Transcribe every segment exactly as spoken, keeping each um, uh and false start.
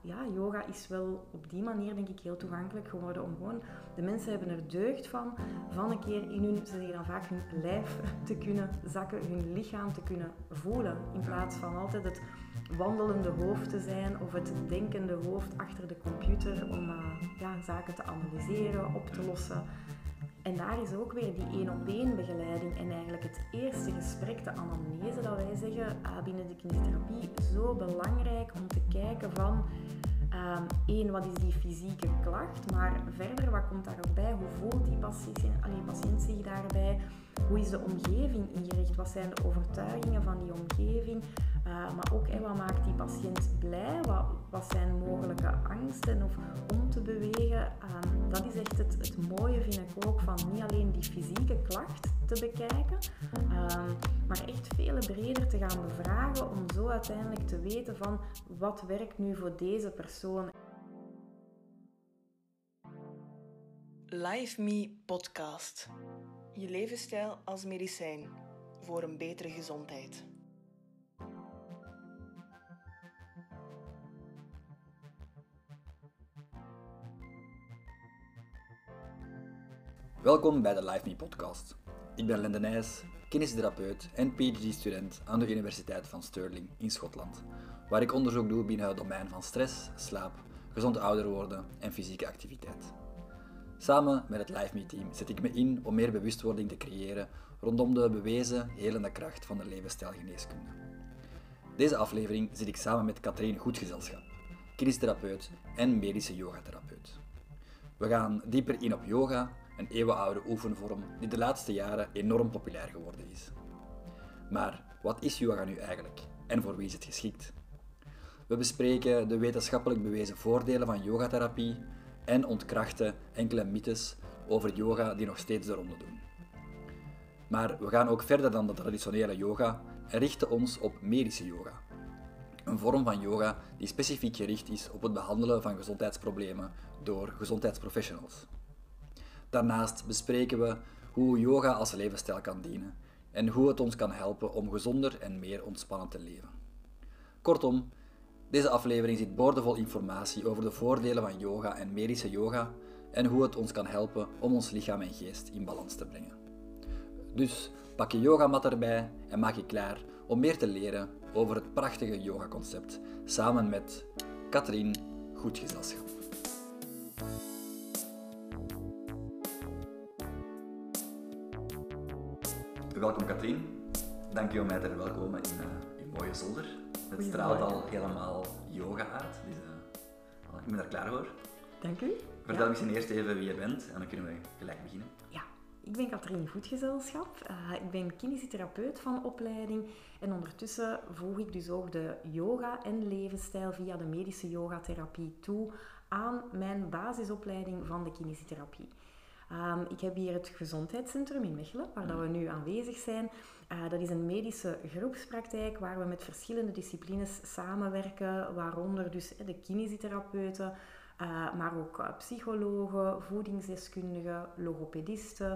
ja, yoga is wel op die manier denk ik heel toegankelijk geworden om gewoon, de mensen hebben er deugd van, van een keer in hun, ze zeggen dan vaak, hun lijf te kunnen zakken, hun lichaam te kunnen voelen, in plaats van altijd het wandelende hoofd te zijn of het denkende hoofd achter de computer om uh, ja, zaken te analyseren, op te lossen. En daar is ook weer die één-op-één begeleiding en eigenlijk het eerste gesprek, de anamnese dat wij zeggen uh, binnen de kinesiotherapie, zo belangrijk om te kijken van um, één, wat is die fysieke klacht, maar verder, wat komt daar ook bij, hoe voelt die patiënt, allee, patiënt zich daarbij, hoe is de omgeving ingericht, wat zijn de overtuigingen van die omgeving, uh, maar ook hey, wat maakt die patiënt blij, wat, wat zijn mogelijke angsten of om te bewegen. Um, dat is echt het, het mooie, vind ik ook, van niet alleen die fysieke klacht te bekijken, um, maar echt veel breder te gaan bevragen om zo uiteindelijk te weten van wat werkt nu voor deze persoon. Live Me Podcast. Je levensstijl als medicijn voor een betere gezondheid. Welkom bij de Live Me Podcast. Ik ben Lende Nijs, kinesietherapeut en P H D-student aan de Universiteit van Stirling in Schotland, waar ik onderzoek doe binnen het domein van stress, slaap, gezond ouder worden en fysieke activiteit. Samen met het Live Me team zet ik me in om meer bewustwording te creëren rondom de bewezen helende kracht van de levensstijlgeneeskunde. Deze aflevering zit ik samen met Katrien Goedgezelschap, kinesietherapeut en medische yogatherapeut. We gaan dieper in op yoga, een eeuwenoude oefenvorm die de laatste jaren enorm populair geworden is. Maar wat is yoga nu eigenlijk en voor wie is het geschikt? We bespreken de wetenschappelijk bewezen voordelen van yogatherapie en ontkrachten enkele mythes over yoga die nog steeds de ronde doen. Maar we gaan ook verder dan de traditionele yoga en richten ons op medische yoga. Een vorm van yoga die specifiek gericht is op het behandelen van gezondheidsproblemen door gezondheidsprofessionals. Daarnaast bespreken we hoe yoga als levensstijl kan dienen en hoe het ons kan helpen om gezonder en meer ontspannen te leven. Kortom, deze aflevering zit boordevol informatie over de voordelen van yoga en medische yoga en hoe het ons kan helpen om ons lichaam en geest in balans te brengen. Dus pak je yogamat erbij en maak je klaar om meer te leren over het prachtige yogaconcept samen met Katrien Goedgezelschap. Welkom Katrien, dank je om mij te verwelkomen in uh, uw mooie zolder. Het straalt al helemaal yoga uit, dus uh, ik ben daar klaar voor. Dank u. Vertel ja. misschien eerst even wie je bent en dan kunnen we gelijk beginnen. Ja, ik ben Katrien Goedgezelschap. Uh, ik ben kinesietherapeut van opleiding en ondertussen voeg ik dus ook de yoga en levensstijl via de medische yogatherapie toe aan mijn basisopleiding van de kinesietherapie. Um, ik heb hier het gezondheidscentrum in Mechelen, waar dat we nu aanwezig zijn. Uh, dat is een medische groepspraktijk waar we met verschillende disciplines samenwerken, waaronder dus de kinesietherapeuten, uh, maar ook uh, psychologen, voedingsdeskundigen, logopedisten,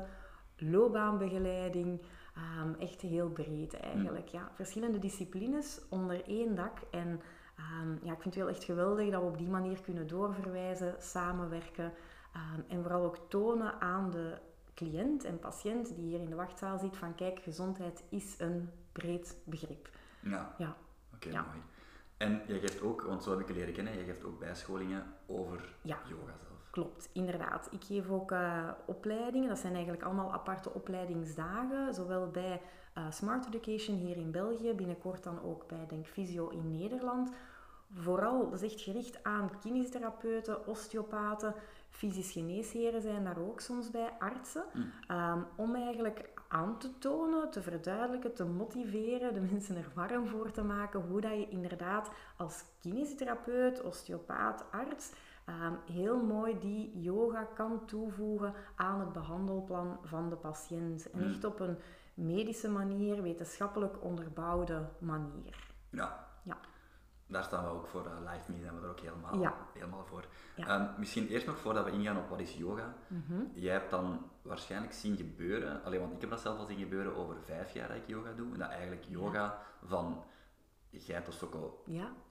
loopbaanbegeleiding. Um, echt heel breed eigenlijk. Ja. Verschillende disciplines onder één dak. En um, ja, ik vind het wel echt geweldig dat we op die manier kunnen doorverwijzen, samenwerken. Um, en vooral ook tonen aan de cliënt en patiënt die hier in de wachtzaal zit van kijk, gezondheid is een breed begrip. Ja, ja. oké, okay, ja. mooi. En jij geeft ook, want zo heb ik je leren kennen, jij geeft ook bijscholingen over ja. yoga zelf. Klopt, inderdaad. Ik geef ook uh, opleidingen, dat zijn eigenlijk allemaal aparte opleidingsdagen, zowel bij uh, Smart Education hier in België, binnenkort dan ook bij Denk Physio in Nederland. Vooral, dat is echt gericht aan kinesitherapeuten, osteopaten, fysisch geneesheren zijn daar ook soms bij, artsen. Mm. Um, om eigenlijk aan te tonen, te verduidelijken, te motiveren, de mensen er warm voor te maken, hoe dat je inderdaad als kinesitherapeut, osteopaat, arts, um, heel mooi die yoga kan toevoegen aan het behandelplan van de patiënt. En echt op een medische manier, wetenschappelijk onderbouwde manier. Ja. Ja. Daar staan we ook voor, uh, Live Me zijn we er ook helemaal, ja. helemaal voor. Ja. Um, misschien eerst nog voordat we ingaan op wat is yoga. Mm-hmm. Jij hebt dan waarschijnlijk zien gebeuren, alleen, want ik heb dat zelf al zien gebeuren over vijf jaar dat ik yoga doe, en dat eigenlijk yoga ja. van geit tot sokkel ja.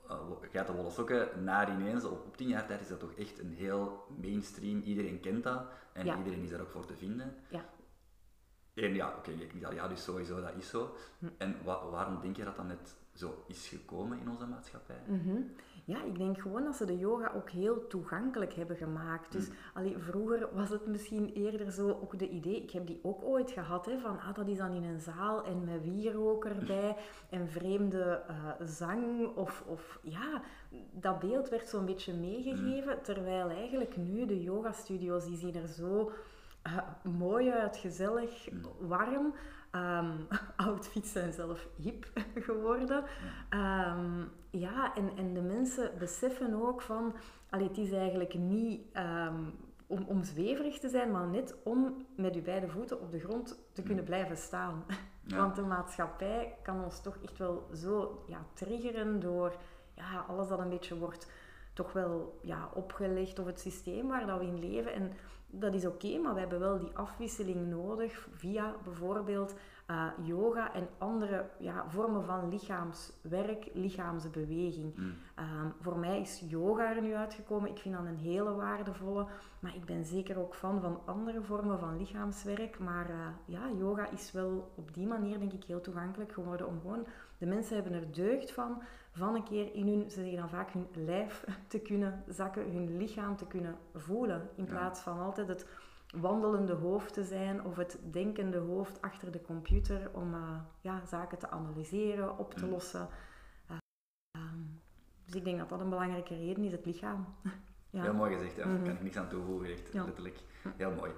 uh, geitenwolle sokken, naar ineens, op, op tien jaar tijd is dat toch echt een heel mainstream, iedereen kent dat en Ja. iedereen is daar ook voor te vinden. Ja. En ja, oké, okay, ik dacht, ja, dus sowieso, dat is zo. Hm. En wa- waarom denk je dat dat net zo is gekomen in onze maatschappij? Mm-hmm. Ja, ik denk gewoon dat ze de yoga ook heel toegankelijk hebben gemaakt. Dus Mm. allee, vroeger was het misschien eerder zo ook de idee, ik heb die ook ooit gehad, hè, van ah, dat is dan in een zaal en met wierook erbij en vreemde uh, zang of, of ja, dat beeld werd zo'n beetje meegegeven, mm. terwijl eigenlijk nu de yogastudio's, die zien er zo uh, mooi uit, gezellig, mm. warm. Um, outfits zijn zelf hip geworden. Um, ja, en, en de mensen beseffen ook van, allee, het is eigenlijk niet um, om, om zweverig te zijn, maar net om met je beide voeten op de grond te kunnen blijven staan. Ja. Want de maatschappij kan ons toch echt wel zo ja, triggeren door ja, alles dat een beetje wordt toch wel ja, opgelegd of het systeem waar dat we in leven. En dat is oké, okay, maar we hebben wel die afwisseling nodig via bijvoorbeeld uh, yoga en andere ja, vormen van lichaamswerk, lichaamsbeweging. Mm. Um, voor mij is yoga er nu uitgekomen. Ik vind dat een hele waardevolle, maar ik ben zeker ook fan van andere vormen van lichaamswerk. Maar uh, ja, yoga is wel op die manier denk ik heel toegankelijk geworden om gewoon, de mensen hebben er deugd van, van een keer in hun, ze zeggen dan vaak, hun lijf te kunnen zakken, hun lichaam te kunnen voelen, in plaats van altijd het wandelende hoofd te zijn of het denkende hoofd achter de computer om uh, ja, zaken te analyseren, op te lossen. Uh, um, dus ik denk dat dat een belangrijke reden is, het lichaam. Ja. Heel mooi gezegd, daar mm-hmm. kan ik niks aan toevoegen, echt, ja. letterlijk. Heel mooi.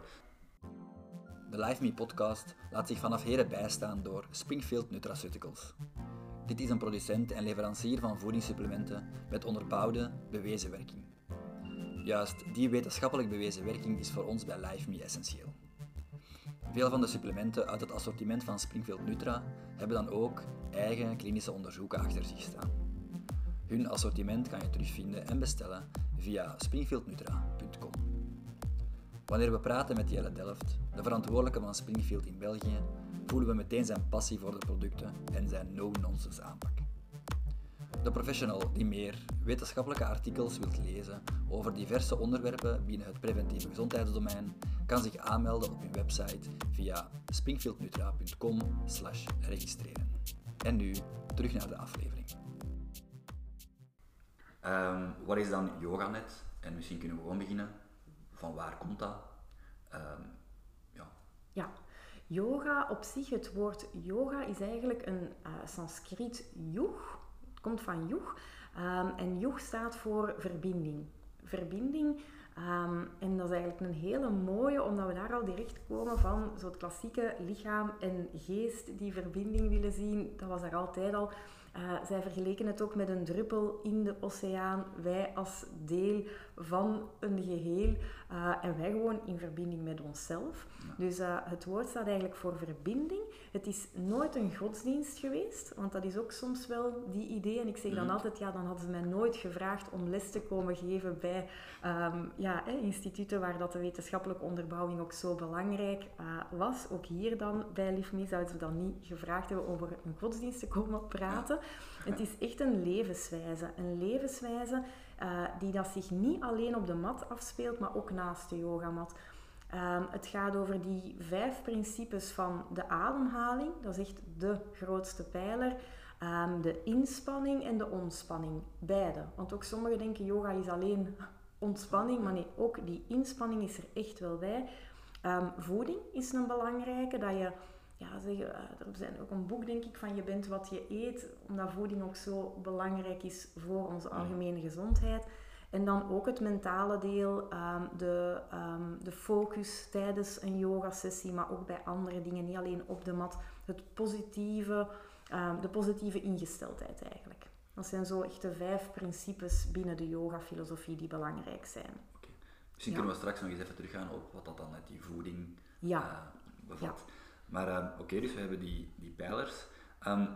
De Live Me podcast laat zich vanaf heden bijstaan door Springfield Nutraceuticals. Dit is een producent en leverancier van voedingssupplementen met onderbouwde, bewezen werking. Juist die wetenschappelijk bewezen werking is voor ons bij Live Me essentieel. Veel van de supplementen uit het assortiment van Springfield Nutra hebben dan ook eigen klinische onderzoeken achter zich staan. Hun assortiment kan je terugvinden en bestellen via springfield nutra punt com. Wanneer we praten met Jelle Delft, de verantwoordelijke van Springfield in België, voelen we meteen zijn passie voor de producten en zijn no-nonsense aanpak. De professional die meer wetenschappelijke artikels wilt lezen over diverse onderwerpen binnen het preventieve gezondheidsdomein, kan zich aanmelden op hun website via springfield nutra punt com slash registreren. En nu, terug naar de aflevering. Um, wat is dan YogaNet? En misschien kunnen we gewoon beginnen. Van waar komt dat? Um, ja. ja, yoga op zich, het woord yoga is eigenlijk een uh, Sanskriet yug. Het komt van yug. Um, en yug staat voor verbinding. Verbinding. Um, en dat is eigenlijk een hele mooie, omdat we daar al direct komen van zo het klassieke lichaam en geest die verbinding willen zien. Dat was er altijd al. Uh, zij vergeleken het ook met een druppel in de oceaan. Wij als deel van een geheel. Uh, en wij gewoon in verbinding met onszelf. Ja. Dus uh, het woord staat eigenlijk voor verbinding. Het is nooit een godsdienst geweest. Want dat is ook soms wel die idee. En ik zeg dan mm. altijd, ja, dan hadden ze mij nooit gevraagd om les te komen geven bij um, ja, eh, instituten waar dat de wetenschappelijke onderbouwing ook zo belangrijk uh, was. Ook hier dan bij Live Me zouden ze dan niet gevraagd hebben over een godsdienst te komen praten. Ja. Het is echt een levenswijze. Een levenswijze uh, die dat zich niet alleen op de mat afspeelt, maar ook naast de yogamat. Um, het gaat over die vijf principes van de ademhaling. Dat is echt de grootste pijler. Um, de inspanning en de ontspanning. Beide. Want ook sommigen denken yoga is alleen ontspanning. Maar nee, ook die inspanning is er echt wel bij. Um, voeding is een belangrijke. Dat je... Ja, zeg, uh, er zijn ook een boek, denk ik, van je bent wat je eet, omdat voeding ook zo belangrijk is voor onze algemene gezondheid. En dan ook het mentale deel, um, de, um, de focus tijdens een yogasessie, maar ook bij andere dingen, niet alleen op de mat. Het positieve, um, de positieve ingesteldheid eigenlijk. Dat zijn zo echt de vijf principes binnen de yogafilosofie die belangrijk zijn. Okay. Misschien ja. kunnen we straks nog eens even teruggaan op wat dat dan met die voeding ja. uh, bevat. Ja. Maar um, oké, okay, dus we hebben die, die pijlers. Um,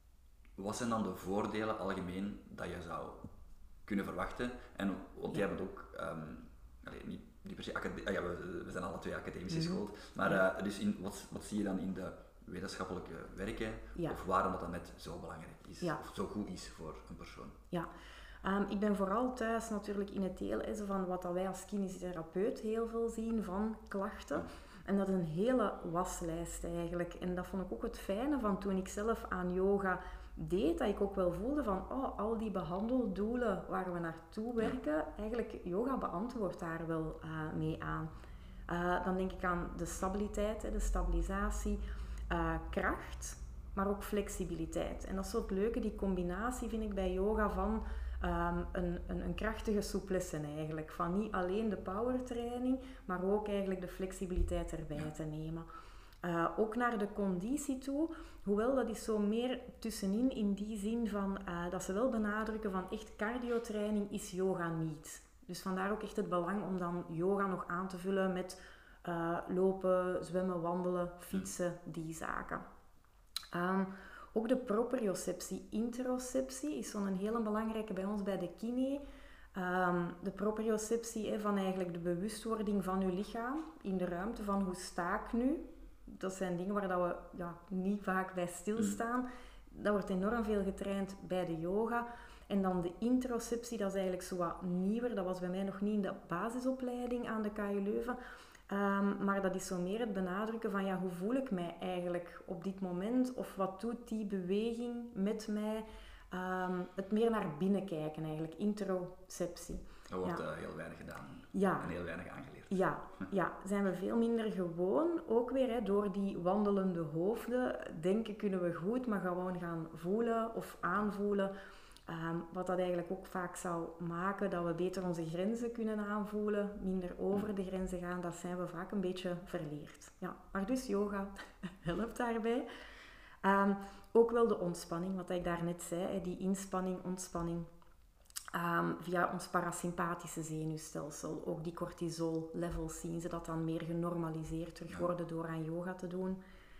wat zijn dan de voordelen algemeen dat je zou kunnen verwachten? En, want jij bent ook, um, allez, niet, niet per se academisch, ah, ja, we, we zijn alle twee academisch geschoold, mm-hmm. maar uh, dus in, wat, wat zie je dan in de wetenschappelijke werken, Ja. of waarom dat dan net zo belangrijk is, Ja. of zo goed is voor een persoon. Ja, um, ik ben vooral thuis natuurlijk in het deel hè, zo van wat dat wij als kinesitherapeut heel veel zien van klachten. En dat is een hele waslijst eigenlijk. En dat vond ik ook het fijne van toen ik zelf aan yoga deed, dat ik ook wel voelde van, oh, al die behandeldoelen waar we naartoe werken, eigenlijk yoga beantwoordt daar wel uh, mee aan. Uh, dan denk ik aan de stabiliteit, hè, de stabilisatie, uh, kracht, maar ook flexibiliteit. En dat is zo het leuke, die combinatie vind ik bij yoga van um, een, een, een krachtige souplesse eigenlijk. Van niet alleen de powertraining, maar ook eigenlijk de flexibiliteit erbij te nemen. Uh, ook naar de conditie toe, hoewel dat is zo meer tussenin in die zin van uh, dat ze wel benadrukken van echt cardiotraining is yoga niet. Dus vandaar ook echt het belang om dan yoga nog aan te vullen met uh, lopen, zwemmen, wandelen, fietsen, die zaken. Um, ook de proprioceptie, interoceptie is zo'n hele belangrijke bij ons bij de kine. Um, de proprioceptie hè, van eigenlijk de bewustwording van uw lichaam in de ruimte van hoe sta ik nu. Dat zijn dingen waar dat we ja, niet vaak bij stilstaan. Dat wordt enorm veel getraind bij de yoga. En dan de interoceptie, dat is eigenlijk zo wat nieuwer. Dat was bij mij nog niet in de basisopleiding aan de K U Leuven. Um, maar dat is zo meer het benadrukken van ja, hoe voel ik mij eigenlijk op dit moment? Of wat doet die beweging met mij? Um, het meer naar binnen kijken eigenlijk, interoceptie. Dat wordt ja. uh, heel weinig gedaan ja. en heel weinig aangeleerd. Ja, ja, zijn we veel minder gewoon. Ook weer hè, door die wandelende hoofden. Denken kunnen we goed, maar gewoon gaan voelen of aanvoelen. Um, wat dat eigenlijk ook vaak zou maken dat we beter onze grenzen kunnen aanvoelen, minder over de grenzen gaan, dat zijn we vaak een beetje verleerd. Ja, maar dus yoga helpt daarbij. Um, ook wel de ontspanning, wat ik daarnet zei, hè, die inspanning, ontspanning. Um, via ons parasympathische zenuwstelsel. Ook die cortisol levels zien ze dat dan meer genormaliseerd terug worden door aan yoga te doen.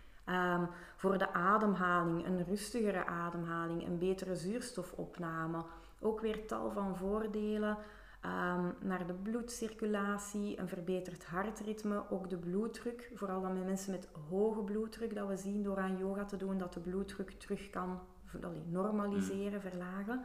Um, voor de ademhaling, een rustigere ademhaling, een betere zuurstofopname. Ook weer tal van voordelen. Um, naar de bloedcirculatie, een verbeterd hartritme, ook de bloeddruk. Vooral dan met mensen met hoge bloeddruk, dat we zien door aan yoga te doen, dat de bloeddruk terug kan allee, normaliseren, verlagen.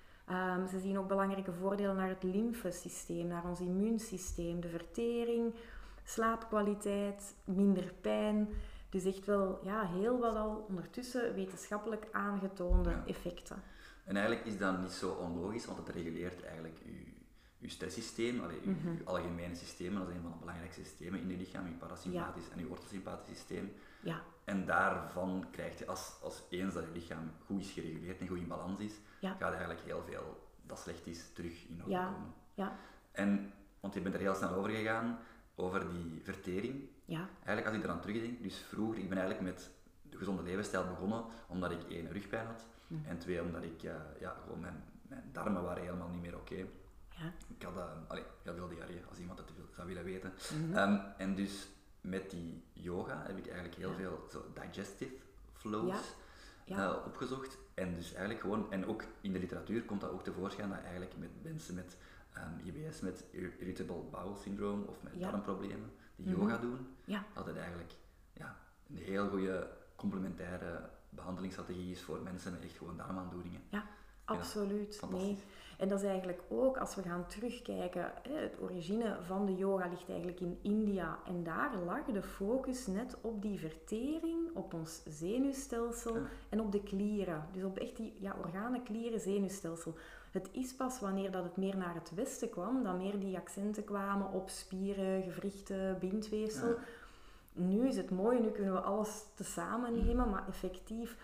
Um, ze zien ook belangrijke voordelen naar het lymfesysteem, naar ons immuunsysteem, de vertering, slaapkwaliteit, minder pijn. Dus echt wel ja, heel wat al ondertussen wetenschappelijk aangetoonde ja. effecten. En eigenlijk is dat niet zo onlogisch, want het reguleert eigenlijk je, je stresssysteem, allee, je, mm-hmm. je algemene systemen, dat is een van de belangrijkste systemen in je lichaam, je parasympathisch ja. en je orthosympathisch systeem. Ja. En daarvan krijg je, als, als eens dat je lichaam goed is gereguleerd en goed in balans is, ja. gaat eigenlijk heel veel dat slecht is terug in orde ja. komen. Ja. En, want je bent er heel snel over gegaan, over die vertering. Ja. Eigenlijk als ik eraan terugdenk, dus vroeger, ik ben eigenlijk met de gezonde levensstijl begonnen, omdat ik één, rugpijn had, mm. en twee, omdat ik, uh, ja, gewoon mijn, mijn darmen waren helemaal niet meer oké. Okay. Ja. Ik had uh, allee, heel veel diarree, als iemand het zou willen weten. Mm-hmm. Um, en dus met die yoga heb ik eigenlijk heel ja. veel zo digestive flows ja. Ja. Uh, opgezocht. En dus eigenlijk gewoon, en ook in de literatuur komt dat ook tevoorschijn dat eigenlijk met mensen met um, I B S, met irritable bowel syndrome of met ja. darmproblemen, die mm-hmm. yoga doen, ja. dat het eigenlijk ja, een heel goede complementaire behandelingsstrategie is voor mensen met echt gewoon darmaandoeningen. Ja, absoluut. Nee. En dat is eigenlijk ook, als we gaan terugkijken, het origine van de yoga ligt eigenlijk in India. En daar lag de focus net op die vertering, op ons zenuwstelsel ja. en op de klieren. Dus op echt die ja, organen, klieren, zenuwstelsel. Het is pas wanneer dat het meer naar het westen kwam, dat meer die accenten kwamen op spieren, gewrichten, bindweefsel. Ja. Nu is het mooi, nu kunnen we alles tezamen nemen, maar effectief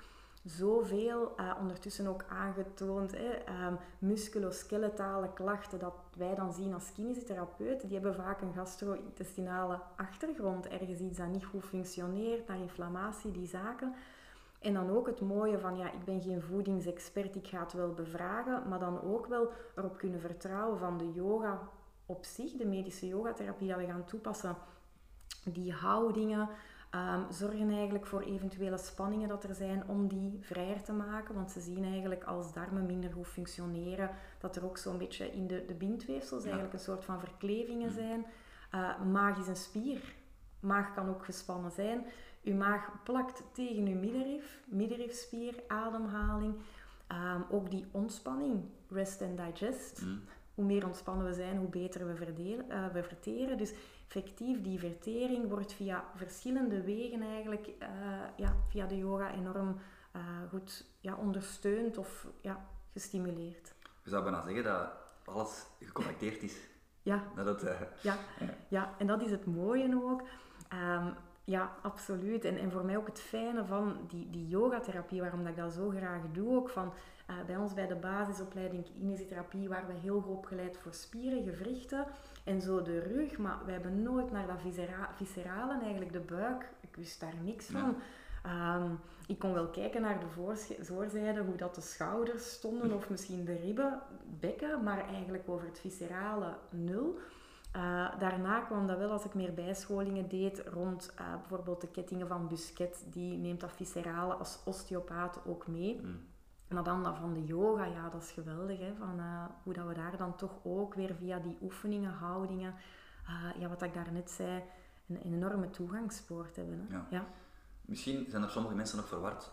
zoveel, uh, ondertussen ook aangetoond, hè, um, musculoskeletale klachten dat wij dan zien als kinesitherapeuten, die hebben vaak een gastro-intestinale achtergrond, ergens iets dat niet goed functioneert, naar inflammatie, die zaken. En dan ook het mooie van, ja, ik ben geen voedingsexpert, ik ga het wel bevragen, maar dan ook wel erop kunnen vertrouwen van de yoga op zich, de medische yogatherapie dat we gaan toepassen, die houdingen, Um, zorgen eigenlijk voor eventuele spanningen dat er zijn om die vrijer te maken. Want ze zien eigenlijk als darmen minder goed functioneren, dat er ook zo'n beetje in de, de bindweefsels ja. eigenlijk een soort van verklevingen zijn. Uh, maag is een spier. Maag kan ook gespannen zijn. Je maag plakt tegen je middenrif, middenrifspier, ademhaling. Um, ook die ontspanning, rest and digest. Mm. Hoe meer ontspannen we zijn, hoe beter we, verdelen, uh, we verteren. Dus effectief, die vertering wordt via verschillende wegen eigenlijk, uh, ja, via de yoga enorm uh, goed ja, ondersteund of ja, gestimuleerd. Je zou bijna zeggen dat alles geconnecteerd is. Ja. Dat het, uh, ja. Ja. ja, en dat is het mooie ook. Um, ja, absoluut. En, en voor mij ook het fijne van die, die yogatherapie, waarom dat ik dat zo graag doe, ook van uh, bij ons bij de basisopleiding kinesietherapie waren we heel goed opgeleid voor spieren, gewrichten en zo de rug, maar we hebben nooit naar dat viscera- viscerale, eigenlijk de buik, ik wist daar niks van. Ja. Um, ik kon wel kijken naar de voorsch- voorzijde, hoe dat de schouders stonden, of misschien de ribben, bekken, maar eigenlijk over het viscerale nul. Uh, daarna kwam dat wel als ik meer bijscholingen deed rond uh, bijvoorbeeld de kettingen van Busquet. Die neemt dat viscerale als osteopaat ook mee. Mm. Maar dan dat van de yoga, ja, dat is geweldig. Hè, van, uh, hoe dat we daar dan toch ook weer via die oefeningen, houdingen, uh, ja, wat ik daarnet zei, een, een enorme toegangspoort hebben. Hè. Ja. Ja. Misschien zijn er sommige mensen nog verward.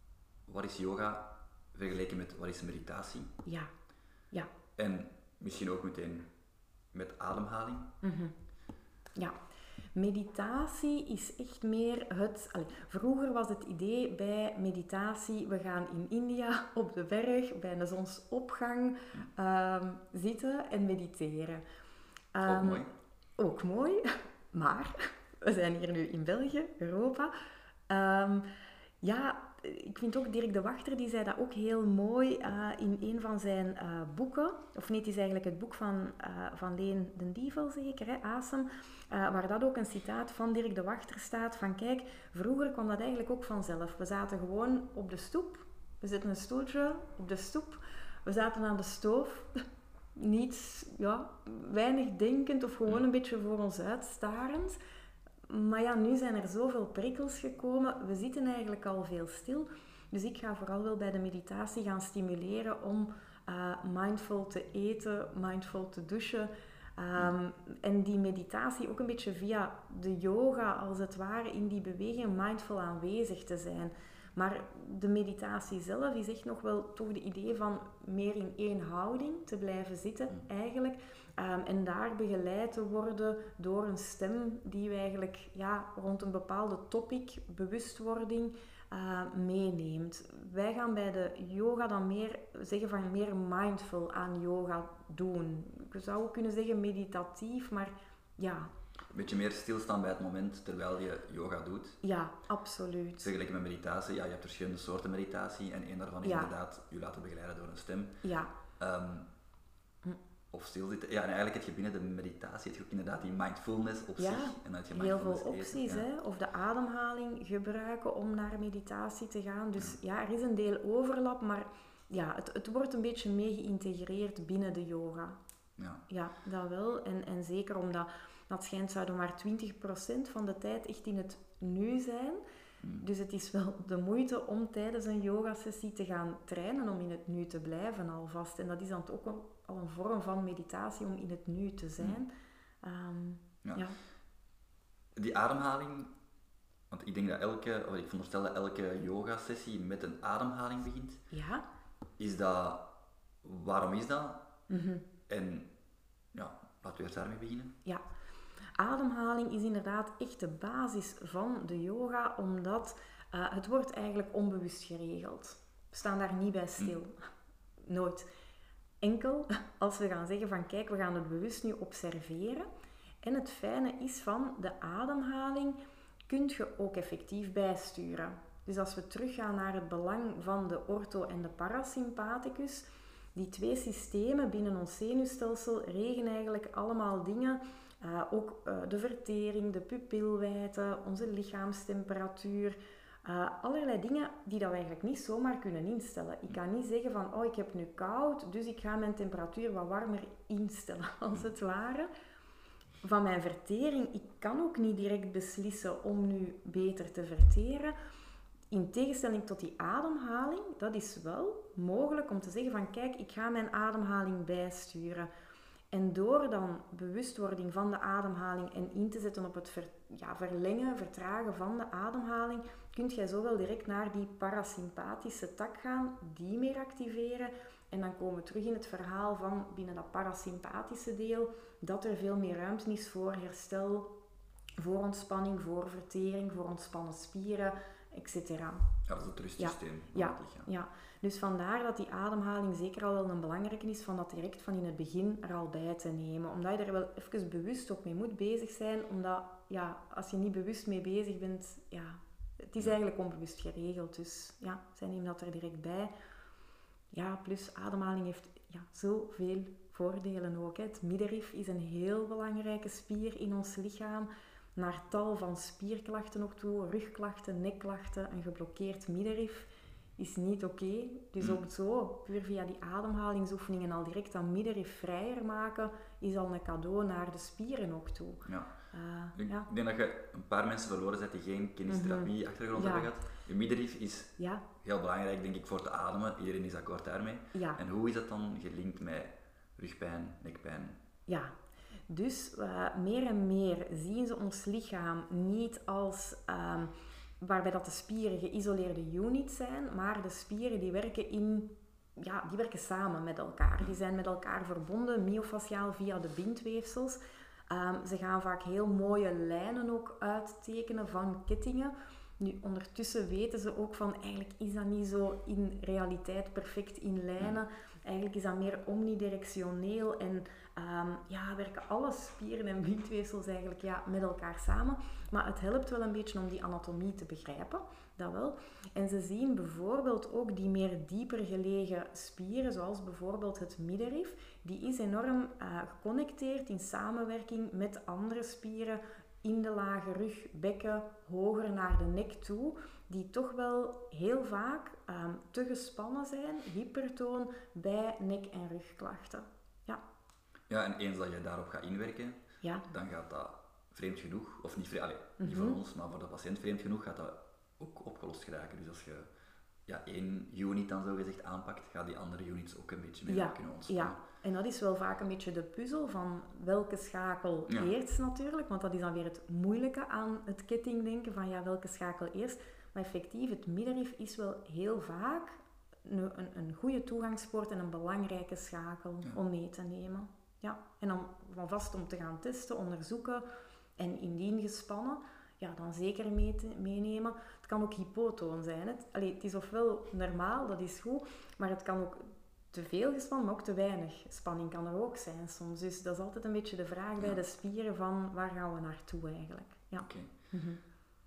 Wat is yoga vergeleken met wat is meditatie? Ja. Ja. En misschien ook meteen met ademhaling? Mm-hmm. Ja, meditatie is echt meer het... Allez, vroeger was het idee bij meditatie, we gaan in India op de berg bij de zonsopgang um, zitten en mediteren. Um, ook mooi. Ook mooi, maar we zijn hier nu in België, Europa. Um, ja... Ik vind ook Dirk de Wachter, die zei dat ook heel mooi uh, in een van zijn uh, boeken. Of nee, het is eigenlijk het boek van, uh, van Leen den Dievel zeker, hè, Asem. Uh, waar dat ook een citaat van Dirk de Wachter staat van kijk, vroeger kwam dat eigenlijk ook vanzelf. We zaten gewoon op de stoep. We zetten een stoeltje op de stoep. We zaten aan de stoof. Niet, ja, weinig denkend of gewoon een beetje voor ons uitstarend. Maar ja, nu zijn er zoveel prikkels gekomen. We zitten eigenlijk al veel stil. Dus ik ga vooral wel bij de meditatie gaan stimuleren om uh, mindful te eten, mindful te douchen. Um, en die meditatie ook een beetje via de yoga, als het ware, in die beweging mindful aanwezig te zijn. Maar de meditatie zelf is echt nog wel toch de idee van meer in één houding te blijven zitten, eigenlijk. Um, en daar begeleid te worden door een stem die we eigenlijk ja, rond een bepaalde topic, bewustwording, uh, meeneemt. Wij gaan bij de yoga dan meer zeggen van meer mindful aan yoga doen. Je zou ook kunnen zeggen meditatief, maar ja... Een beetje meer stilstaan bij het moment terwijl je yoga doet. Ja, absoluut. Vergelijken met meditatie, ja, je hebt verschillende soorten meditatie en één daarvan is ja. inderdaad je laten begeleiden door een stem. Ja. Um, hm. Of stilzitten. Ja, en eigenlijk heb je binnen de meditatie heb je ook inderdaad die mindfulness op ja, zich. En dat je heel mindfulness veel opties, eten, ja. hè? Of de ademhaling gebruiken om naar meditatie te gaan. Dus ja, er is een deel overlap, maar ja, het, het wordt een beetje mee geïntegreerd binnen de yoga. Ja, ja dat wel. En, en zeker omdat, dat schijnt, zouden maar twintig procent van de tijd echt in het nu zijn. Hmm. Dus het is wel de moeite om tijdens een yogasessie te gaan trainen om in het nu te blijven alvast. En dat is dan ook al, al een vorm van meditatie om in het nu te zijn. Hmm. Um, ja. ja. Die ademhaling, want ik denk dat elke, of ik veronderstel dat elke yogasessie met een ademhaling begint. Ja. Is dat, waarom is dat? Mm-hmm. En ja, laten we eerst daarmee beginnen. Ja. Ademhaling is inderdaad echt de basis van de yoga, omdat uh, het wordt eigenlijk onbewust geregeld. We staan daar niet bij stil. Hm. Nooit. Enkel als we gaan zeggen van kijk, we gaan het bewust nu observeren. En het fijne is van de ademhaling kun je ook effectief bijsturen. Dus als we teruggaan naar het belang van de ortho- en de parasympathicus, die twee systemen binnen ons zenuwstelsel regelen eigenlijk allemaal dingen. Uh, ook uh, de vertering, de pupilwijdte, onze lichaamstemperatuur. Uh, allerlei dingen die dat we eigenlijk niet zomaar kunnen instellen. Ik kan niet zeggen van, oh ik heb nu koud, dus ik ga mijn temperatuur wat warmer instellen, als het ware. Van mijn vertering, ik kan ook niet direct beslissen om nu beter te verteren. In tegenstelling tot die ademhaling, dat is wel mogelijk om te zeggen van, kijk, ik ga mijn ademhaling bijsturen. En door dan bewustwording van de ademhaling en in te zetten op het ver, ja, verlengen, vertragen van de ademhaling, kun jij zo wel direct naar die parasympathische tak gaan, die meer activeren. En dan komen we terug in het verhaal van binnen dat parasympathische deel, dat er veel meer ruimte is voor herstel, voor ontspanning, voor vertering, voor ontspannen spieren, et cetera. Ja, dat is het rustsysteem van ja, het lichaam. Ja, dus vandaar dat die ademhaling zeker al wel een belangrijke is, van dat direct van in het begin er al bij te nemen. Omdat je er wel even bewust ook mee moet bezig zijn, omdat ja, als je niet bewust mee bezig bent, ja, het is eigenlijk onbewust geregeld. Dus ja, zij nemen dat er direct bij. Ja, plus ademhaling heeft ja, zoveel voordelen ook. Hè. Het middenrif is een heel belangrijke spier in ons lichaam. Naar tal van spierklachten ook toe, rugklachten, nekklachten, een geblokkeerd middenrif is niet oké. Okay. Dus ook zo, puur via die ademhalingsoefeningen al direct dat middenrif vrijer maken, is al een cadeau naar de spieren ook toe. Ja. Uh, ik ja. denk dat je een paar mensen verloren bent die geen kinesiotherapie-achtergrond Ja. hebben gehad. Je middenrif is Ja. heel belangrijk, denk ik, voor te ademen. Iedereen is akkoord daarmee. Ja. En hoe is dat dan gelinkt met rugpijn, nekpijn? Ja. Dus uh, meer en meer zien ze ons lichaam niet als um, waarbij dat de spieren geïsoleerde units zijn, maar de spieren die werken, in, ja, die werken samen met elkaar. Die zijn met elkaar verbonden, myofasciaal via de bindweefsels. Um, ze gaan vaak heel mooie lijnen ook uittekenen van kettingen. Nu, ondertussen weten ze ook van, eigenlijk is dat niet zo in realiteit perfect in lijnen. Eigenlijk is dat meer omnidirectioneel en um, ja, werken alle spieren en bindweefsels eigenlijk ja, met elkaar samen. Maar het helpt wel een beetje om die anatomie te begrijpen, dat wel. En ze zien bijvoorbeeld ook die meer dieper gelegen spieren, zoals bijvoorbeeld het middenrif, die is enorm uh, geconnecteerd in samenwerking met andere spieren in de lage rug, bekken, hoger naar de nek toe, die toch wel heel vaak um, te gespannen zijn, hypertoon, bij nek- en rugklachten. Ja. Ja, en eens dat je daarop gaat inwerken, Ja. dan gaat dat vreemd genoeg, of niet, vreemd, allez, niet Mm-hmm. voor ons, maar voor de patiënt vreemd genoeg, gaat dat ook opgelost geraken. Dus als je ja, één unit dan zogezegd aanpakt, gaat die andere units ook een beetje mee Ja, kunnen ontspannen. ja, en dat is wel vaak een beetje de puzzel van welke schakel Ja. eerst natuurlijk, want dat is dan weer het moeilijke aan het kettingdenken van ja, welke schakel eerst. Maar effectief, het middenrif is wel heel vaak een, een, een goede toegangspoort en een belangrijke schakel Ja. om mee te nemen. Ja. En dan van vast om te gaan testen, onderzoeken en indien gespannen, ja, dan zeker mee te, meenemen. Het kan ook hypotoon zijn. Het, allee, het is ofwel normaal, dat is goed, maar het kan ook te veel gespannen, maar ook te weinig spanning kan er ook zijn soms. Dus dat is altijd een beetje de vraag Ja. bij de spieren van waar gaan we naartoe eigenlijk. Ja. Oké. Mm-hmm.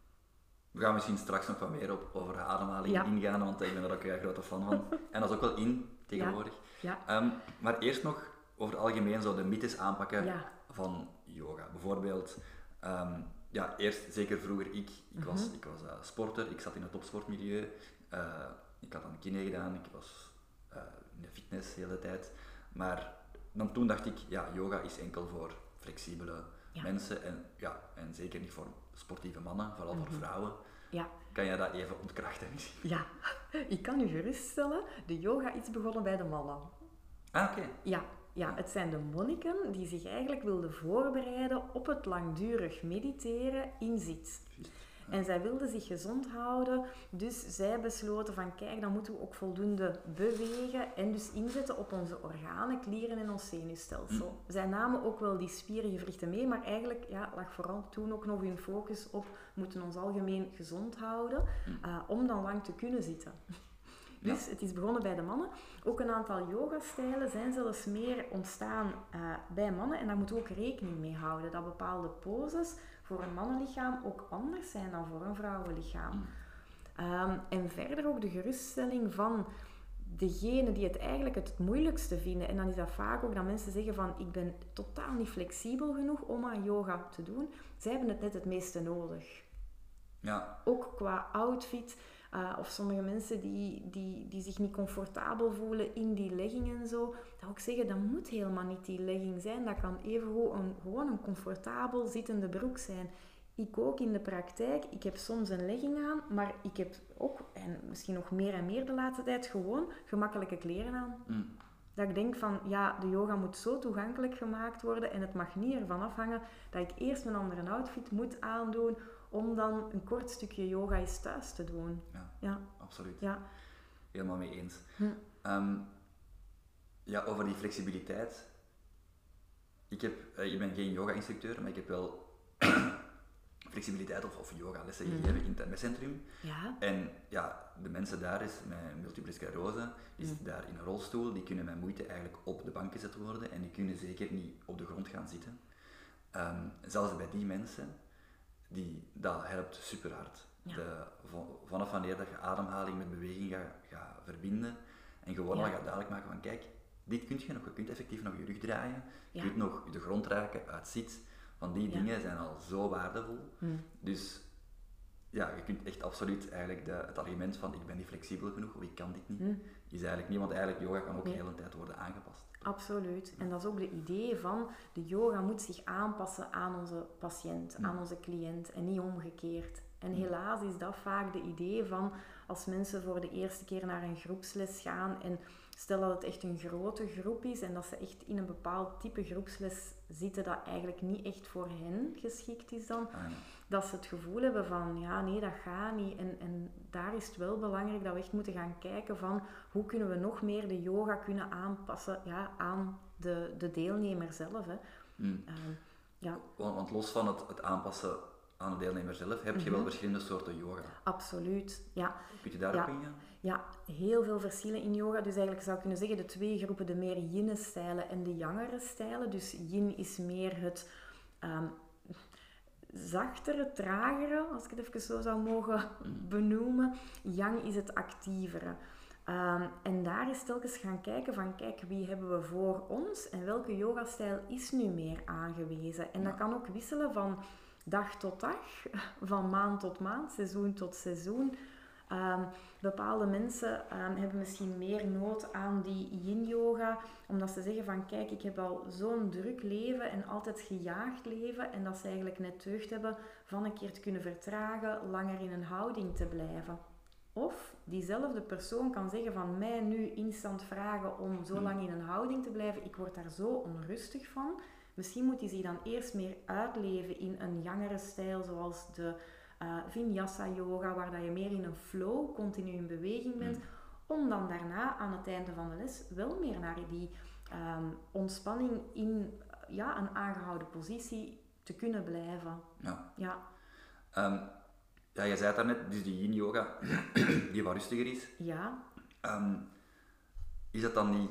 We gaan misschien straks nog wat meer op, over ademhaling Ja. ingaan, want ik ben er ook een grote fan van. En dat is ook wel in, tegenwoordig. Ja. Um, maar eerst nog over het algemeen zo de mythes aanpakken Ja. van yoga. Bijvoorbeeld, um, ja, eerst, zeker vroeger, ik, ik was, Mhm. ik was uh, sporter, ik zat in het topsportmilieu, uh, ik had dan kine gedaan, ik was uh, in de fitness de hele tijd. Maar dan toen dacht ik, ja, yoga is enkel voor flexibele Ja. mensen en, ja, en zeker niet voor sportieve mannen, vooral Mhm. voor vrouwen. Ja. Kan jij dat even ontkrachten misschien? Ja, ik kan u geruststellen, de yoga is begonnen bij de mannen. Ah, oké. Ja, ja, het zijn de monniken die zich eigenlijk wilden voorbereiden op het langdurig mediteren in zit. Juist. En zij wilden zich gezond houden, dus zij besloten van kijk, dan moeten we ook voldoende bewegen en dus inzetten op onze organen, klieren en ons zenuwstelsel. Zij namen ook wel die spierengewrichten mee, maar eigenlijk ja, lag vooral toen ook nog hun focus op moeten ons algemeen gezond houden, uh, om dan lang te kunnen zitten. Dus het is begonnen bij de mannen. Ook een aantal yogastijlen zijn zelfs meer ontstaan uh, bij mannen. En daar moeten we ook rekening mee houden. Dat bepaalde poses voor een mannenlichaam ook anders zijn dan voor een vrouwenlichaam. Um, en verder ook de geruststelling van degene die het eigenlijk het moeilijkste vinden. En dan is dat vaak ook dat mensen zeggen van ik ben totaal niet flexibel genoeg om aan yoga te doen. Zij hebben het net het meeste nodig. Ja. Ook qua outfit. Uh, of sommige mensen die, die, die zich niet comfortabel voelen in die legging en zo. Dat ook zeggen, dat moet helemaal niet die legging zijn. Dat kan evengoed een, gewoon een comfortabel zittende broek zijn. Ik ook in de praktijk. Ik heb soms een legging aan, maar ik heb ook, en misschien nog meer en meer de laatste tijd, gewoon gemakkelijke kleren aan. Mm. Dat ik denk van, ja, de yoga moet zo toegankelijk gemaakt worden en het mag niet ervan afhangen dat ik eerst een andere outfit moet aandoen om dan een kort stukje yoga eens thuis te doen. Ja, Ja, absoluut. ja. Helemaal mee eens. Hm. Um, ja, over die flexibiliteit. Ik, heb, uh, ik ben geen yoga-instructeur, maar ik heb wel flexibiliteit of, of yoga-lessen Mhm. gegeven in het M S-centrum. Ja, En ja, de mensen daar is met multiple sclerose, die zitten daar in een rolstoel, die kunnen met moeite eigenlijk op de bank gezet worden en die kunnen zeker niet op de grond gaan zitten. Um, zelfs bij die mensen, die, dat helpt super hard. Ja. De, vanaf wanneer dat je ademhaling met beweging gaat, gaat verbinden en gewoon Ja. al gaat duidelijk maken van kijk, dit kun je nog, je kunt effectief nog je rug draaien, je Ja. kunt nog de grond raken uit zit, van die Ja. dingen zijn al zo waardevol. Hm. Dus ja, je kunt echt absoluut eigenlijk de, het argument van ik ben niet flexibel genoeg of ik kan dit niet, Hm. is eigenlijk niet, want eigenlijk yoga kan ook Nee. de hele tijd worden aangepast. Absoluut. En dat is ook de idee van de yoga moet zich aanpassen aan onze patiënt, Ja. aan onze cliënt en niet omgekeerd. En Ja. helaas is dat vaak de idee van als mensen voor de eerste keer naar een groepsles gaan en stel dat het echt een grote groep is en dat ze echt in een bepaald type groepsles zitten dat eigenlijk niet echt voor hen geschikt is dan, Ah, ja. dat ze het gevoel hebben van, ja, nee, dat gaat niet. En, en daar is het wel belangrijk dat we echt moeten gaan kijken van, hoe kunnen we nog meer de yoga kunnen aanpassen ja, aan de, de deelnemer zelf. Hè. Mm. Uh, ja, Want, want los van het, het aanpassen aan de deelnemer zelf, heb je Mhm. wel verschillende soorten yoga. absoluut. Ja, Kun je daarop Ja. ingaan? ja, heel veel verschillen in yoga. Dus eigenlijk zou ik kunnen zeggen, de twee groepen, de meer yin-stijlen en de yangere stijlen. Dus yin is meer het um, zachtere, tragere, als ik het even zo zou mogen benoemen. Yang is het actievere. Um, en daar is telkens gaan kijken van, kijk, wie hebben we voor ons en welke yogastijl is nu meer aangewezen. En dat Ja. kan ook wisselen van dag tot dag, van maand tot maand, seizoen tot seizoen. Um, bepaalde mensen um, hebben misschien meer nood aan die yin-yoga, omdat ze zeggen van kijk, ik heb al zo'n druk leven en altijd gejaagd leven en dat ze eigenlijk net deugd hebben van een keer te kunnen vertragen, langer in een houding te blijven. Of diezelfde persoon kan zeggen van mij nu instant vragen om zo lang in een houding te blijven, ik word daar zo onrustig van. Misschien moet hij zich dan eerst meer uitleven in een jangere stijl zoals de Uh, Vinyasa yoga, waar dat je meer in een flow, continu in beweging bent, mm. om dan daarna aan het einde van de les wel meer naar die um, ontspanning in uh, ja, een aangehouden positie te kunnen blijven. Ja. Ja. Um, ja, je zei het daarnet, dus die yin yoga, die wat rustiger is. Ja. Um, is dat dan niet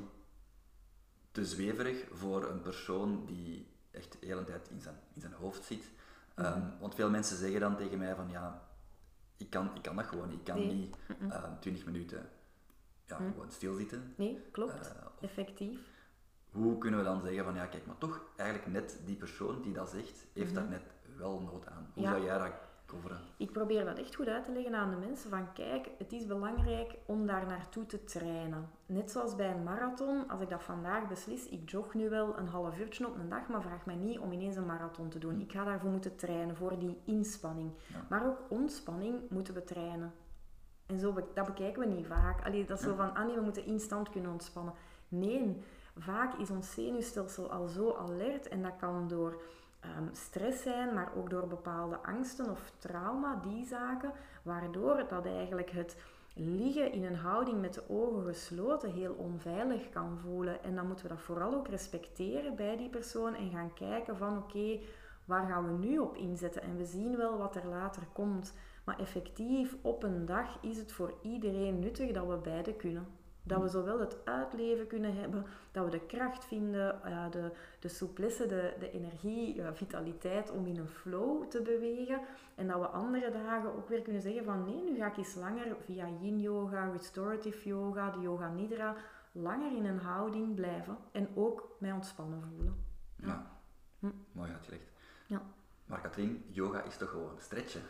te zweverig voor een persoon die echt de hele tijd in zijn, in zijn hoofd zit? Um, mm-hmm. Want veel mensen zeggen dan tegen mij van ja, ik kan, ik kan dat gewoon niet. Ik kan nee. niet twintig um, minuten ja, mm. gewoon stilzitten. Nee, klopt. Uh, of, effectief. Hoe kunnen we dan zeggen van ja, kijk, maar toch eigenlijk net die persoon die dat zegt, heeft mm-hmm. daar net wel nood aan. Hoe ja. zou jij dat coveren? Ik probeer dat echt goed uit te leggen aan de mensen van kijk, het is belangrijk om daar naartoe te trainen. Net zoals bij een marathon, als ik dat vandaag beslis, ik jog nu wel een half uurtje op een dag, maar vraag mij niet om ineens een marathon te doen. Ik ga daarvoor moeten trainen, voor die inspanning. Ja. Maar ook ontspanning moeten we trainen. En zo be- dat bekijken we niet vaak. Allee, dat is zo van, ah nee, we moeten instant kunnen ontspannen. Nee, vaak is ons zenuwstelsel al zo alert en dat kan door Um, stress zijn, maar ook door bepaalde angsten of trauma, die zaken, waardoor dat eigenlijk het liggen in een houding met de ogen gesloten heel onveilig kan voelen. En dan moeten we dat vooral ook respecteren bij die persoon en gaan kijken van oké, okay, waar gaan we nu op inzetten? En we zien wel wat er later komt. Maar effectief, op een dag is het voor iedereen nuttig dat we beide kunnen. Dat we zowel het uitleven kunnen hebben, dat we de kracht vinden, uh, de, de souplesse, de, de energie, uh, vitaliteit om in een flow te bewegen. En dat we andere dagen ook weer kunnen zeggen van nee, nu ga ik eens langer via yin yoga, restorative yoga, de yoga nidra, langer in een houding blijven en ook mij ontspannen voelen. Ja, ja. Hm. Mooi uitgelegd. Ja. Maar Katrien, yoga is toch gewoon stretchen?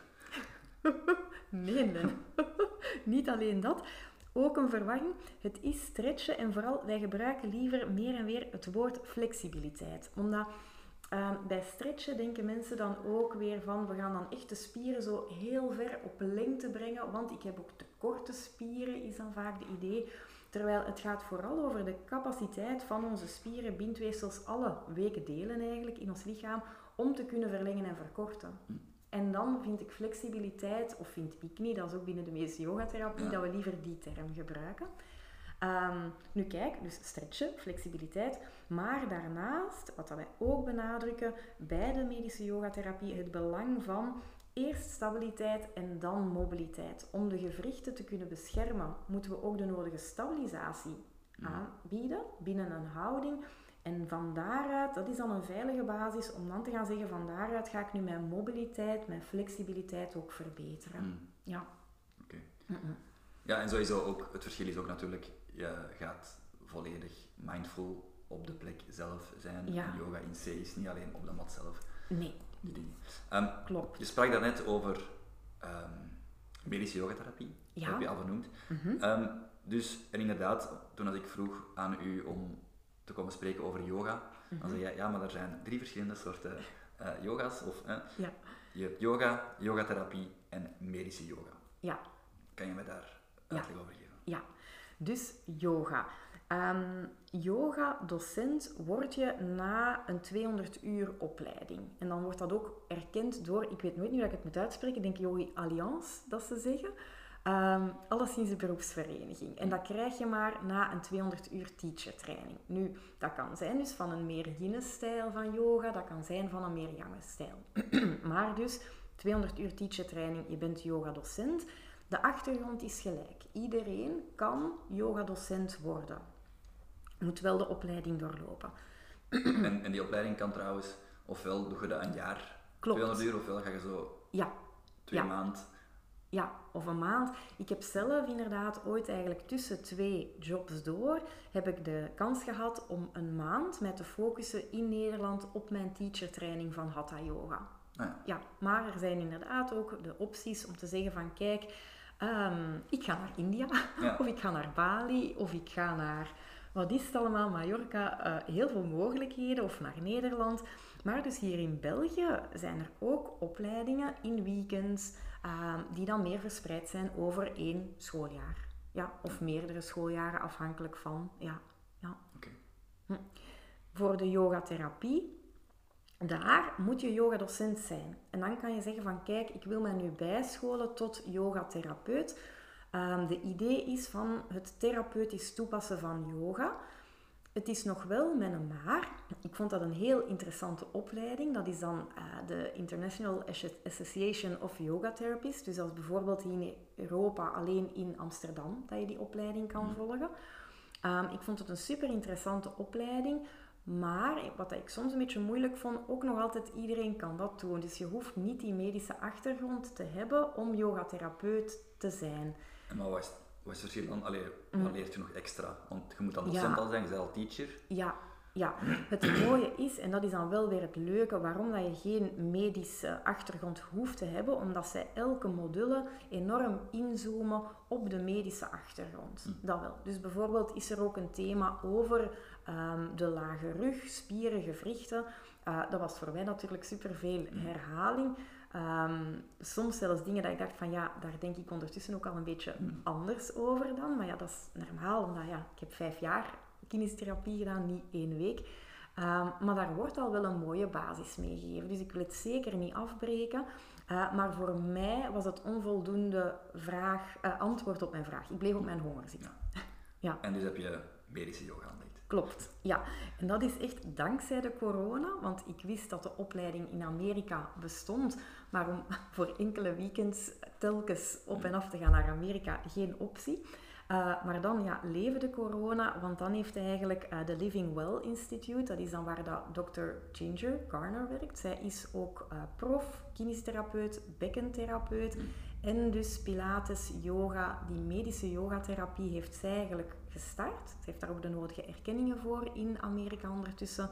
Nee, nee. Niet alleen dat. Ook een verwarring. Het is stretchen en vooral wij gebruiken liever meer en weer het woord flexibiliteit. Omdat uh, bij stretchen denken mensen dan ook weer van we gaan dan echt de spieren zo heel ver op lengte brengen, want ik heb ook te korte spieren, is dan vaak het idee. Terwijl het gaat vooral over de capaciteit van onze spieren, bindweefsels, alle weken delen eigenlijk in ons lichaam, om te kunnen verlengen en verkorten. En dan vind ik flexibiliteit, of vind ik niet, dat is ook binnen de medische yogatherapie, ja. dat we liever die term gebruiken. Um, nu kijk, dus stretchen, flexibiliteit, maar daarnaast, wat wij ook benadrukken bij de medische yogatherapie, het belang van eerst stabiliteit en dan mobiliteit. Om de gewrichten te kunnen beschermen, moeten we ook de nodige stabilisatie aanbieden binnen een houding. En van daaruit, dat is dan een veilige basis om dan te gaan zeggen, van daaruit ga ik nu mijn mobiliteit, mijn flexibiliteit ook verbeteren. Mm. Ja. Oké. Okay. Ja, en sowieso ook, het verschil is ook natuurlijk, je gaat volledig mindful op de plek zelf zijn. Ja. Yoga in C is niet alleen op de mat zelf. Nee. Die dingen. Um, Klopt. Je sprak daarnet over um, medische yogatherapie, ja. dat heb je al vernoemd. Mm-hmm. Um, dus, en inderdaad, toen als ik vroeg aan u om te komen spreken over yoga, mm-hmm. dan zei jij, ja, maar er zijn drie verschillende soorten uh, yoga's. Of, uh, ja. Je hebt yoga, yogatherapie en medische yoga. Ja. Kan je mij daar uitleg ja. over geven? Ja, dus yoga. Um, yoga-docent word je na een tweehonderd uur opleiding. En dan wordt dat ook erkend door, ik weet nooit niet hoe ik het moet uitspreken, ik denk Yogi Alliance, dat ze zeggen. Um, alleszins de beroepsvereniging. En dat krijg je maar na een tweehonderd uur teacher-training. Nu, dat kan zijn dus van een meer yin-stijl van yoga, dat kan zijn van een meer yang-stijl. Maar dus, tweehonderd uur teacher-training, je bent yoga-docent. De achtergrond is gelijk. Iedereen kan yoga-docent worden. Je moet wel de opleiding doorlopen. En, en die opleiding kan trouwens, ofwel doe je dat een jaar, Klopt. tweehonderd uur, ofwel ga je zo ja. twee ja. maanden. Ja, of een maand. Ik heb zelf inderdaad ooit eigenlijk tussen twee jobs door, heb ik de kans gehad om een maand mij te focussen in Nederland op mijn teachertraining van Hatha Yoga. Ah, ja. ja, maar er zijn inderdaad ook de opties om te zeggen van kijk, um, ik ga naar India, ja. of ik ga naar Bali, of ik ga naar, wat is het allemaal, Mallorca, uh, heel veel mogelijkheden, of naar Nederland. Maar dus hier in België zijn er ook opleidingen in weekends, uh, die dan meer verspreid zijn over één schooljaar. Ja, of meerdere schooljaren, afhankelijk van, ja. ja. Okay. Hm. Voor de yogatherapie, daar moet je yogadocent zijn. En dan kan je zeggen van, kijk, ik wil mij nu bijscholen tot yogatherapeut. Um, de idee is van het therapeutisch toepassen van yoga. Het is nog wel met een maar. Ik vond dat een heel interessante opleiding. Dat is dan uh, de International Association of Yoga Therapists. Dus dat is bijvoorbeeld hier in Europa alleen in Amsterdam dat je die opleiding kan volgen. Um, ik vond het een super interessante opleiding. Maar wat ik soms een beetje moeilijk vond, ook nog altijd iedereen kan dat doen. Dus je hoeft niet die medische achtergrond te hebben om yogatherapeut te zijn. En maar wat is, wat is het verschil dan? Allee, wat leert je nog extra? Want je moet dan docent al zijn, je bent al teacher. Ja, ja, het mooie is, en dat is dan wel weer het leuke, waarom dat je geen medische achtergrond hoeft te hebben, omdat zij elke module enorm inzoomen op de medische achtergrond. Hm. Dat wel. Dus bijvoorbeeld is er ook een thema over um, de lage rug, spieren, gewrichten. Uh, dat was voor mij natuurlijk superveel herhaling. Um, soms zelfs dingen dat ik dacht van ja, daar denk ik ondertussen ook al een beetje mm. anders over dan. Maar ja, dat is normaal, omdat ja, ik heb vijf jaar kinesiotherapie gedaan, niet één week. Um, maar daar wordt al wel een mooie basis mee gegeven. Dus ik wil het zeker niet afbreken. Uh, maar voor mij was het onvoldoende vraag, uh, antwoord op mijn vraag. Ik bleef op mijn honger zitten. Ja. ja. En dus heb je medische yoga aangelegd. Klopt, ja. En dat is echt dankzij de corona, want ik wist dat de opleiding in Amerika bestond, maar om voor enkele weekends telkens op en af te gaan naar Amerika, geen optie. Uh, maar dan ja, leven de corona, want dan heeft eigenlijk uh, de Living Well Institute, dat is dan waar dat dokter Ginger Garner werkt. Zij is ook uh, prof, kinesitherapeut, bekkentherapeut en dus pilates, yoga, die medische yogatherapie heeft zij eigenlijk gestart. Ze heeft daar ook de nodige erkenningen voor in Amerika ondertussen.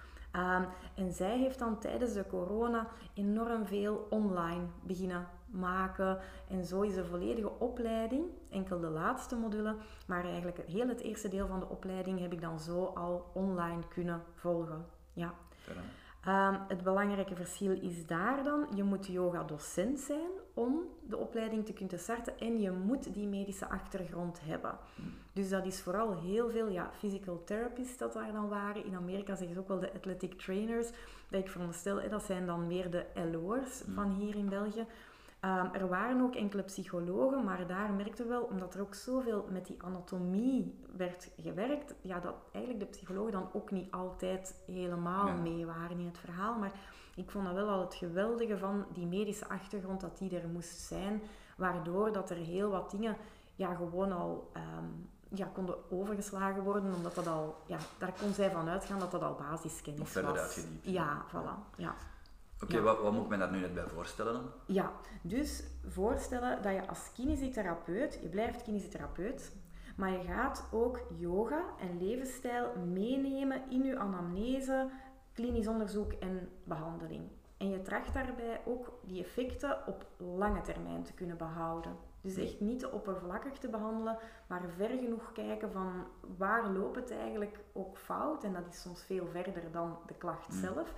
Um, en zij heeft dan tijdens de corona enorm veel online beginnen maken. En zo is de volledige opleiding, enkel de laatste module, maar eigenlijk heel het eerste deel van de opleiding heb ik dan zo al online kunnen volgen. Ja. Um, het belangrijke verschil is daar dan, je moet yoga-docent zijn om de opleiding te kunnen starten en je moet die medische achtergrond hebben. Dus dat is vooral heel veel, ja, physical therapists dat daar dan waren. In Amerika zeggen ze ook wel de athletic trainers, dat ik veronderstel, hè, dat zijn dan meer de L O'ers van hier in België. Um, er waren ook enkele psychologen, maar daar merkten we wel, omdat er ook zoveel met die anatomie werd gewerkt, ja, dat eigenlijk de psychologen dan ook niet altijd helemaal ja. mee waren in het verhaal. Maar ik vond dat wel al het geweldige van die medische achtergrond, dat die er moest zijn, waardoor dat er heel wat dingen ja, gewoon al um, ja, konden overgeslagen worden, omdat dat al, ja, daar kon zij van uitgaan dat dat al basiskennis was. Of verder uitgediept. Ja, voilà. Ja. Oké, okay, ja. wat, wat moet ik me daar nu net bij voorstellen dan? Ja, dus voorstellen dat je als kinesitherapeut, je blijft kinesitherapeut, maar je gaat ook yoga en levensstijl meenemen in je anamnese, klinisch onderzoek en behandeling. En je tracht daarbij ook die effecten op lange termijn te kunnen behouden. Dus echt niet te oppervlakkig te behandelen, maar ver genoeg kijken van waar loopt het eigenlijk ook fout. En dat is soms veel verder dan de klacht mm. zelf.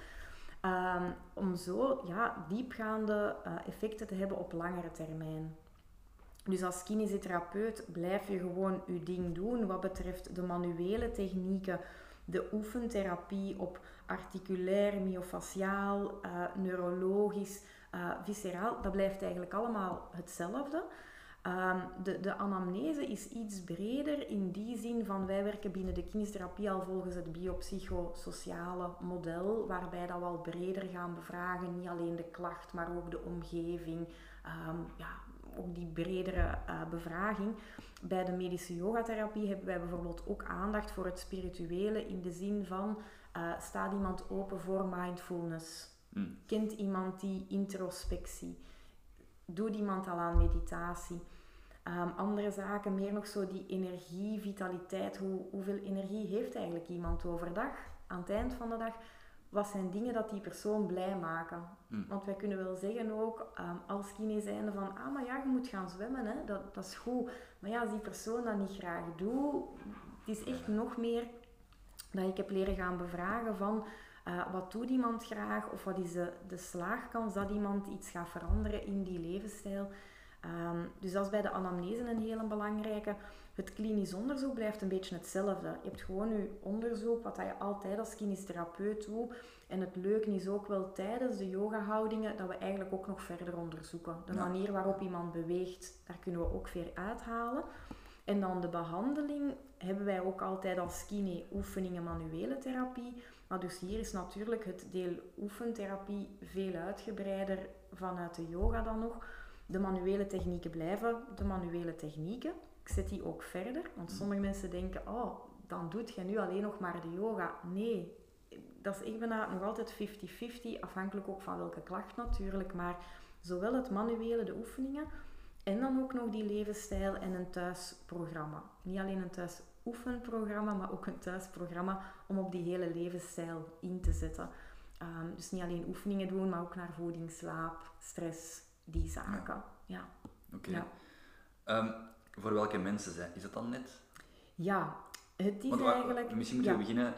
Um, om zo ja, diepgaande uh, effecten te hebben op langere termijn. Dus als kinesitherapeut blijf je gewoon je ding doen wat betreft de manuele technieken, de oefentherapie op articulair, myofasciaal, uh, neurologisch, uh, visceraal. Dat blijft eigenlijk allemaal hetzelfde. Um, de, de anamnese is iets breder in die zin van wij werken binnen de kinestherapie al volgens het biopsychosociale model, waarbij dat we al breder gaan bevragen, niet alleen de klacht, maar ook de omgeving, um, ja, ook die bredere uh, bevraging. Bij de medische yogatherapie hebben wij bijvoorbeeld ook aandacht voor het spirituele in de zin van uh, staat iemand open voor mindfulness? Mm. Kent iemand die introspectie? Doet iemand al aan meditatie? Um, andere zaken, meer nog zo die energie, vitaliteit. Hoe, hoeveel energie heeft eigenlijk iemand overdag? Aan het eind van de dag, wat zijn dingen dat die persoon blij maken? Mm. Want wij kunnen wel zeggen ook, um, als kine zijnde van, ah, maar ja, je moet gaan zwemmen, hè? Dat, dat is goed. Maar ja, als die persoon dat niet graag doet, het is echt nog meer dat ik heb leren gaan bevragen van, Uh, wat doet iemand graag of wat is de, de slaagkans dat iemand iets gaat veranderen in die levensstijl. Um, dus dat is bij de anamnese een hele belangrijke. Het klinisch onderzoek blijft een beetje hetzelfde. Je hebt gewoon je onderzoek, wat je altijd als kinesitherapeut doet. En het leuke is ook wel tijdens de yogahoudingen dat we eigenlijk ook nog verder onderzoeken. De ja. manier waarop iemand beweegt, daar kunnen we ook weer uithalen. En dan de behandeling hebben wij ook altijd als kine oefeningen manuele therapie. Maar dus hier is natuurlijk het deel oefentherapie veel uitgebreider vanuit de yoga dan nog. De manuele technieken blijven de manuele technieken. Ik zet die ook verder, want sommige mensen denken, oh, dan doet je nu alleen nog maar de yoga. Nee, dat is echt bijna nog altijd vijftig vijftig, afhankelijk ook van welke klacht natuurlijk. Maar zowel het manuele, de oefeningen, en dan ook nog die levensstijl en een thuisprogramma. Niet alleen een thuisoefenprogramma, maar ook een thuisprogramma om op die hele levensstijl in te zetten. Um, dus niet alleen oefeningen doen, maar ook naar voeding, slaap, stress, die zaken. Ja. ja. Oké. Okay. Ja. Um, voor welke mensen zijn? Is dat dan net? Ja, het is Want, eigenlijk... Misschien moeten ja. we beginnen.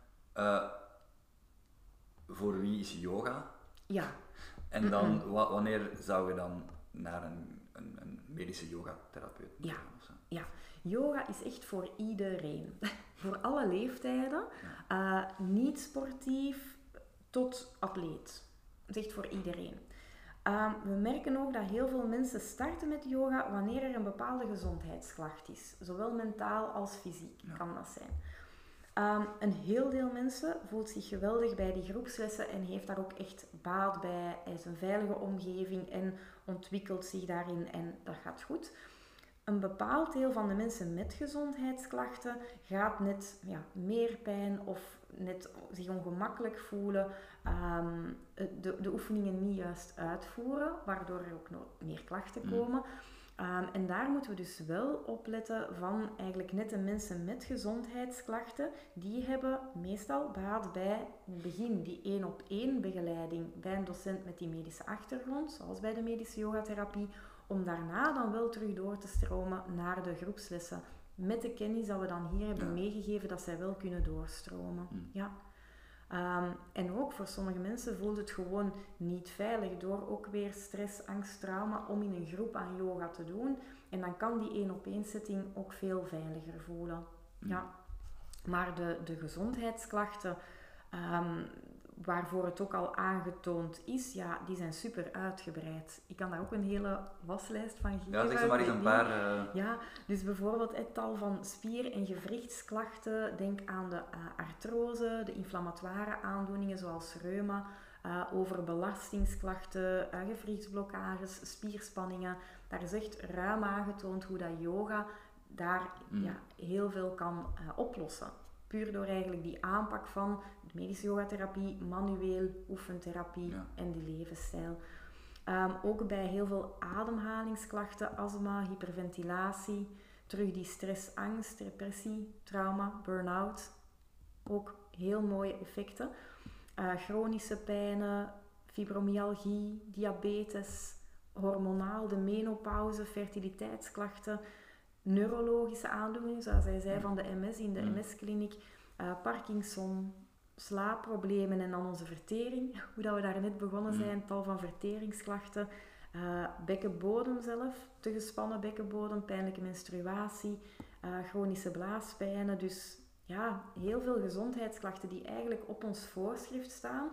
Uh, voor wie is yoga? Ja. En dan, mm-hmm. wa- wanneer zou je dan naar een, een, een medische yogatherapeut moeten ja. gaan? Of zo? Ja, yoga is echt voor iedereen. Voor alle leeftijden. Ja. Uh, niet sportief tot atleet. Het is echt voor iedereen. Um, we merken ook dat heel veel mensen starten met yoga wanneer er een bepaalde gezondheidsklacht is. Zowel mentaal als fysiek ja. kan dat zijn. Um, een heel deel mensen voelt zich geweldig bij die groepslessen en heeft daar ook echt baat bij. Hij is een veilige omgeving en ontwikkelt zich daarin en dat gaat goed. Een bepaald deel van de mensen met gezondheidsklachten gaat net ja, meer pijn of net zich ongemakkelijk voelen, um, de, de oefeningen niet juist uitvoeren, waardoor er ook nog meer klachten komen. Um, en daar moeten we dus wel op letten van eigenlijk net de mensen met gezondheidsklachten, die hebben meestal baat bij in het begin die één op één begeleiding bij een docent met die medische achtergrond, zoals bij de medische yogatherapie, om daarna dan wel terug door te stromen naar de groepslessen. Met de kennis dat we dan hier hebben ja. meegegeven, dat zij wel kunnen doorstromen. Mm. Ja. Um, en ook voor sommige mensen voelt het gewoon niet veilig door ook weer stress, angst, trauma om in een groep aan yoga te doen. En dan kan die één-op-één setting ook veel veiliger voelen. Mm. Ja. Maar de, de gezondheidsklachten, um, waarvoor het ook al aangetoond is, ja, die zijn super uitgebreid. Ik kan daar ook een hele waslijst van geven. Ja, zeg ze maar eens een paar... Uh... Ja, dus bijvoorbeeld het tal van spier- en gewrichtsklachten. Denk aan de uh, artrose, de inflammatoire aandoeningen zoals reuma, uh, overbelastingsklachten, uh, gewrichtsblokkages, spierspanningen. Daar is echt ruim aangetoond hoe dat yoga daar mm. ja, heel veel kan uh, oplossen. Puur door eigenlijk die aanpak van medische yogatherapie, manueel oefentherapie ja. en die levensstijl. Um, ook bij heel veel ademhalingsklachten, astma, hyperventilatie, terug die stress, angst, depressie, trauma, burn-out. Ook heel mooie effecten. Uh, chronische pijnen, fibromyalgie, diabetes, hormonaal, de menopauze, fertiliteitsklachten, neurologische aandoeningen, zoals hij zei, van de M S in de M S-kliniek, uh, Parkinson, slaapproblemen en dan onze vertering, hoe dat we daar net begonnen zijn, tal van verteringsklachten, uh, bekkenbodem zelf, te gespannen bekkenbodem, pijnlijke menstruatie, uh, chronische blaaspijnen, dus ja, heel veel gezondheidsklachten die eigenlijk op ons voorschrift staan,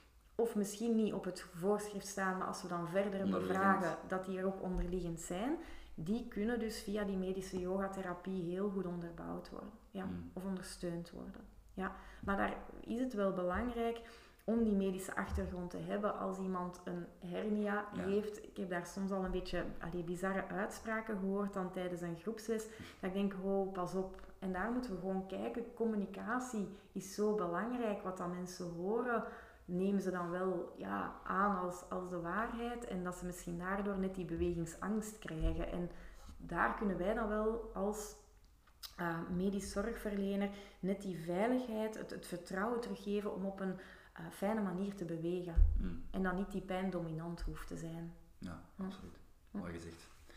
of misschien niet op het voorschrift staan, maar als we dan verder bevragen dat die er ook onderliggend zijn, die kunnen dus via die medische yogatherapie heel goed onderbouwd worden, ja, mm. of ondersteund worden. Ja. Maar daar is het wel belangrijk om die medische achtergrond te hebben als iemand een hernia ja. heeft. Ik heb daar soms al een beetje allee, bizarre uitspraken gehoord dan tijdens een groepsles. Dat ik denk, oh, pas op. En daar moeten we gewoon kijken. Communicatie is zo belangrijk. Wat dat mensen horen, nemen ze dan wel ja, aan als, als de waarheid. En dat ze misschien daardoor net die bewegingsangst krijgen. En daar kunnen wij dan wel als uh, medisch zorgverlener net die veiligheid, het, het vertrouwen teruggeven om op een uh, fijne manier te bewegen. Mm. En dan niet die pijn dominant hoeft te zijn. Ja, absoluut. Hm. Mooi gezegd. Hm.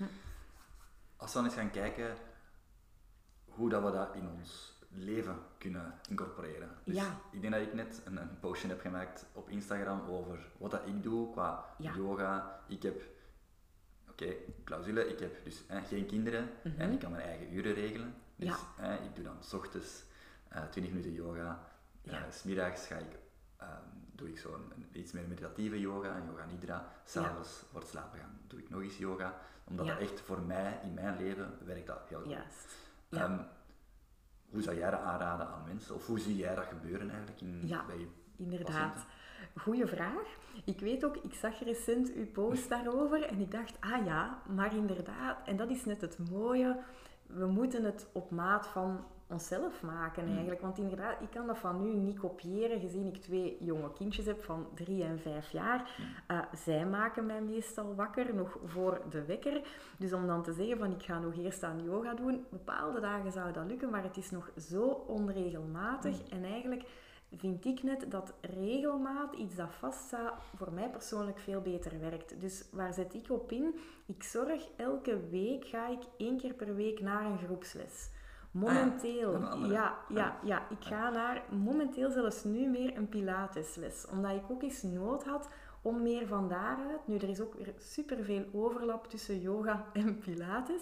Als we dan eens gaan kijken hoe dat we dat in ons leven kunnen incorporeren. Dus ja. Ik denk dat ik net een, een postje heb gemaakt op Instagram over wat dat ik doe qua ja. yoga. Ik heb, oké, okay, clausule, ik heb dus eh, geen kinderen mm-hmm. en ik kan mijn eigen uren regelen. Dus ja. eh, ik doe dan 's ochtends uh, twintig minuten yoga. Ja. Uh, 's middags ga ik, uh, doe ik zo'n iets meer meditatieve yoga, yoga nidra. S'avonds ja. voor het slapen gaan doe ik nog eens yoga. Omdat ja. dat echt voor mij, in mijn leven, werkt dat heel goed. Yes. Ja. Um, Hoe zou jij dat aanraden aan mensen? Of hoe zie jij dat gebeuren eigenlijk in, ja, bij je inderdaad. patiënten? Goeie vraag. Ik weet ook, ik zag recent uw post daarover en ik dacht, ah ja, maar inderdaad, en dat is net het mooie, we moeten het op maat van onszelf maken eigenlijk. Want inderdaad, ik kan dat van nu niet kopiëren, gezien ik twee jonge kindjes heb van drie en vijf jaar. Uh, zij maken mij meestal wakker, nog voor de wekker. Dus om dan te zeggen van, ik ga nog eerst aan yoga doen, bepaalde dagen zou dat lukken, maar het is nog zo onregelmatig. Mm. En eigenlijk vind ik net dat regelmaat, iets dat vaststaat, voor mij persoonlijk veel beter werkt. Dus waar zet ik op in? Ik zorg, elke week ga ik één keer per week naar een groepsles. Momenteel, ah, ja, ja, ja, ja, ik ga naar momenteel zelfs nu meer een pilatesles. Omdat ik ook eens nood had om meer van daaruit... Nu, er is ook weer superveel overlap tussen yoga en pilates.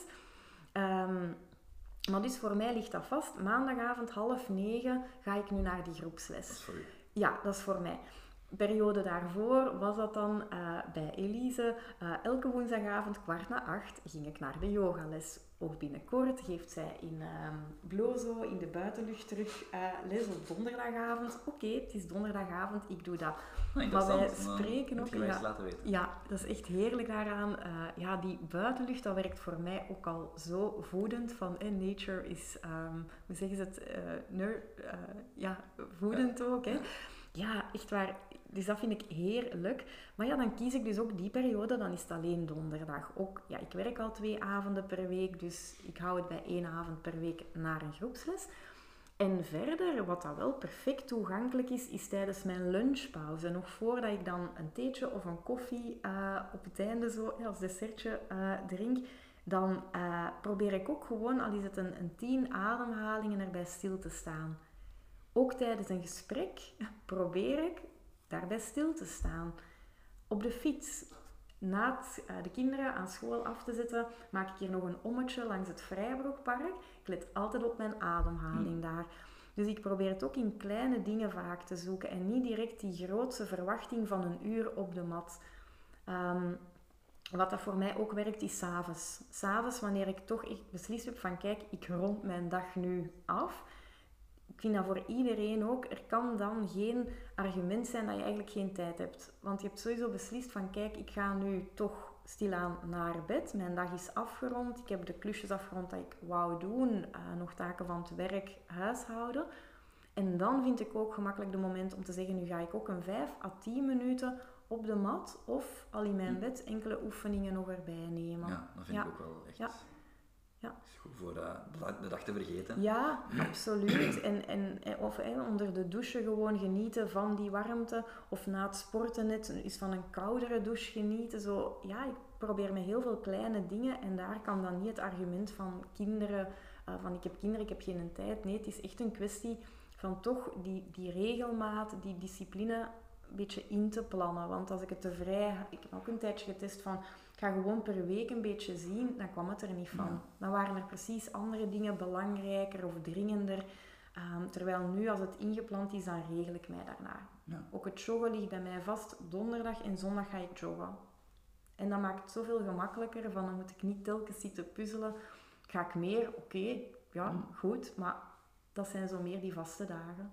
Um, maar dus voor mij ligt dat vast. Maandagavond half negen ga ik nu naar die groepsles. Dat is voor u? Ja, dat is voor mij. Periode daarvoor was dat dan uh, bij Elise. Uh, elke woensdagavond, kwart na acht, ging ik naar de yogales. Ook binnenkort geeft zij in um, Blozo, in de buitenlucht, terug uh, les op donderdagavond. Oké, okay, het is donderdagavond, ik doe dat. Oh, maar wij spreken ook... Ja, laten weten. Ja, dat is echt heerlijk daaraan. Uh, ja, die buitenlucht, dat werkt voor mij ook al zo voedend. Van, eh, nature is, um, hoe zeggen ze het, uh, ner, uh, ja, voedend ja. ook. Hè. Ja, echt waar. Dus dat vind ik heerlijk. Maar ja, dan kies ik dus ook die periode, dan is het alleen donderdag. Ook, ja, ik werk al twee avonden per week, dus ik hou het bij één avond per week naar een groepsles. En verder, wat dat wel perfect toegankelijk is, is tijdens mijn lunchpauze. Nog voordat ik dan een theetje of een koffie uh, op het einde zo als dessertje uh, drink, dan uh, probeer ik ook gewoon, al is het een, een tien ademhalingen, erbij stil te staan. Ook tijdens een gesprek probeer ik daarbij stil te staan. Op de fiets, na het, uh, de kinderen aan school af te zetten, maak ik hier nog een ommetje langs het Vrijbroekpark. Ik let altijd op mijn ademhaling daar. Dus ik probeer het ook in kleine dingen vaak te zoeken en niet direct die grootse verwachting van een uur op de mat. Um, wat dat voor mij ook werkt, is 's avonds. 's Avonds, wanneer ik toch echt beslist heb van kijk, ik rond mijn dag nu af. Ik vind dat voor iedereen ook. Er kan dan geen argument zijn dat je eigenlijk geen tijd hebt. Want je hebt sowieso beslist van kijk, ik ga nu toch stilaan naar bed. Mijn dag is afgerond. Ik heb de klusjes afgerond dat ik wou doen. Uh, nog taken van het werk, huishouden. En dan vind ik ook gemakkelijk de moment om te zeggen, nu ga ik ook een vijf à tien minuten op de mat of al in mijn bed enkele oefeningen nog erbij nemen. Ja, dat vind ja. ik ook wel echt... Ja. Ja. Is goed voor uh, de dag te vergeten. Ja, absoluut. En, en, of hè, onder de douche gewoon genieten van die warmte. Of na het sporten net eens van een koudere douche genieten. Zo, ja, ik probeer met heel veel kleine dingen. En daar kan dan niet het argument van kinderen... Uh, van ik heb kinderen, ik heb geen tijd. Nee, het is echt een kwestie van toch die, die regelmaat, die discipline een beetje in te plannen. Want als ik het te vrij... Ik heb ook een tijdje getest van... Ik ga gewoon per week een beetje zien, dan kwam het er niet van. Ja. Dan waren er precies andere dingen belangrijker of dringender. Um, terwijl nu, als het ingepland is, dan regel ik mij daarna. Ja. Ook het joggen ligt bij mij vast. Donderdag en zondag ga ik joggen. En dat maakt het zoveel gemakkelijker. Van, dan moet ik niet telkens zitten puzzelen. Ga ik meer? Oké, okay, ja, mm. goed. Maar dat zijn zo meer die vaste dagen.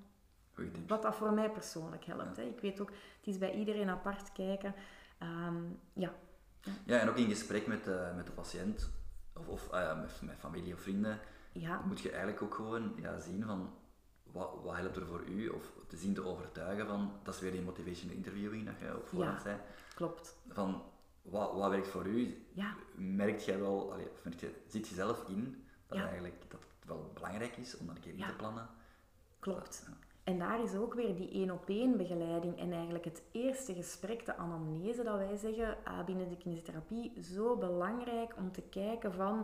Wat dat voor mij persoonlijk helpt. Ja. Hè. Ik weet ook, het is bij iedereen apart kijken. Um, ja. Ja. ja, en ook in gesprek met de, met de patiënt of, of uh, met, met familie of vrienden, ja. moet je eigenlijk ook gewoon ja, zien van wat, wat helpt er voor u, of te zien te overtuigen van, dat is weer die motivational interviewing dat je op voorhand ja, zei. Klopt. Van wat, wat werkt voor u? Ja. Merkt jij wel, allee, merkt je, ziet je zelf in dat, ja. eigenlijk, dat het wel belangrijk is om dat een keer in ja. te plannen? Klopt. Ja. En daar is ook weer die één-op-één begeleiding en eigenlijk het eerste gesprek, de anamnese dat wij zeggen uh, binnen de kinesiotherapie, zo belangrijk om te kijken van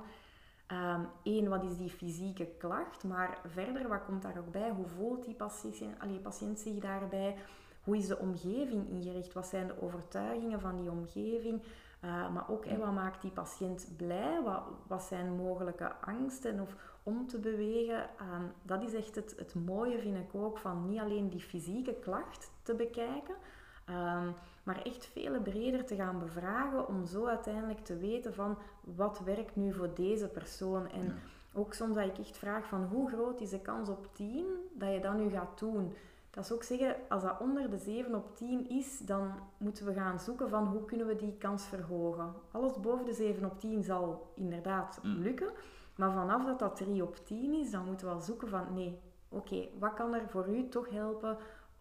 um, één, wat is die fysieke klacht, maar verder, wat komt daar ook bij? Hoe voelt die patiënt, allee, patiënt zich daarbij? Hoe is de omgeving ingericht? Wat zijn de overtuigingen van die omgeving? Uh, maar ook, hey, wat maakt die patiënt blij? Wat, wat zijn mogelijke angsten of om te bewegen? Um, dat is echt het, het mooie, vind ik ook, van niet alleen die fysieke klacht te bekijken, um, maar echt veel breder te gaan bevragen om zo uiteindelijk te weten van wat werkt nu voor deze persoon. En ja. ook soms dat ik echt vraag van hoe groot is de kans op tien dat je dat nu gaat doen? Dat is ook zeggen, als dat onder de zeven op tien is, dan moeten we gaan zoeken van hoe kunnen we die kans verhogen. Alles boven de zeven op tien zal inderdaad mm. lukken, maar vanaf dat dat drie op tien is, dan moeten we wel zoeken van nee, oké, okay, wat kan er voor u toch helpen?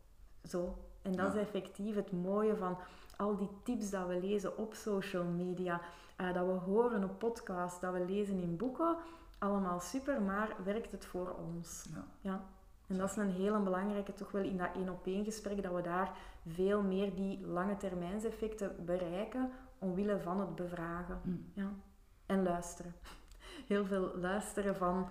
Zo. En dat ja. is effectief het mooie van al die tips dat we lezen op social media, uh, dat we horen op podcasts, dat we lezen in boeken, allemaal super, maar werkt het voor ons? Ja. ja. En dat is een hele belangrijke, toch wel in dat één-op-één gesprek, dat we daar veel meer die lange termijnseffecten bereiken, omwille van het bevragen. Mm. Ja. En luisteren. Heel veel luisteren van,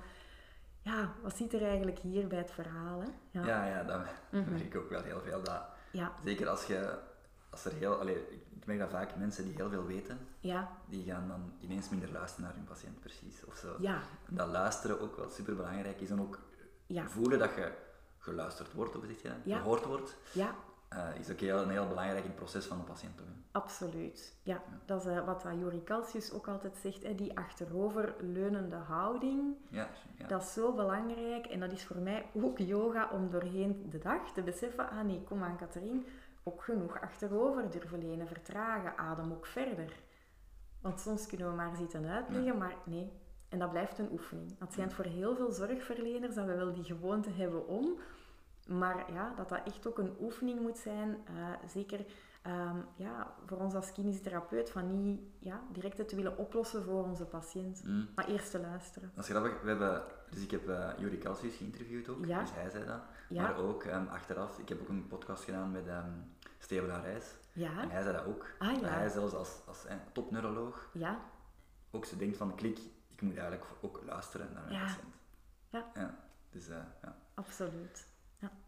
ja, wat zit er eigenlijk hier bij het verhaal? Hè? Ja, ja, ja dat mm-hmm. merk ik ook wel heel veel. Dat, ja. Zeker als je, als er heel, allez, ik merk dat vaak mensen die heel veel weten, ja. die gaan dan ineens minder luisteren naar hun patiënt precies. Of zo. Ja. En dat luisteren ook wel super belangrijk is en ook ja. voelen dat je geluisterd wordt, of zeg je dat? Ja. Gehoord wordt, ja. uh, is ook heel, een heel belangrijk in het proces van de patiënt. Toch? Absoluut. Ja, ja. Dat is uh, wat Juri Calcius ook altijd zegt, hè, die achteroverleunende houding. Ja, ja. Dat is zo belangrijk en dat is voor mij ook yoga om doorheen de dag te beseffen, ah nee, kom aan Catherine, ook genoeg achterover durven lenen, vertragen, adem ook verder. Want soms kunnen we maar zitten uitleggen, ja. maar nee. En dat blijft een oefening. Dat schijnt voor heel veel zorgverleners dat we wel die gewoonte hebben om. Maar ja, dat dat echt ook een oefening moet zijn. Uh, zeker um, ja, voor ons als kinesietherapeut, van niet ja, direct het te willen oplossen voor onze patiënt. Mm. Maar eerst te luisteren. Dat is grappig. We hebben, dus ik heb uh, Juri Calcius geïnterviewd ook. Ja. Dus hij zei dat. Ja. Maar ook um, achteraf, ik heb ook een podcast gedaan met um, Steven Larijs. Ja. En hij zei dat ook. Ah, ja. Hij zelfs als, als eh, topneuroloog. Ja. Ook ze denkt van klik, ik moet eigenlijk ook luisteren naar mijn ja. patiënt. Ja. Ja. Dus, uh, ja. Absoluut. Ja.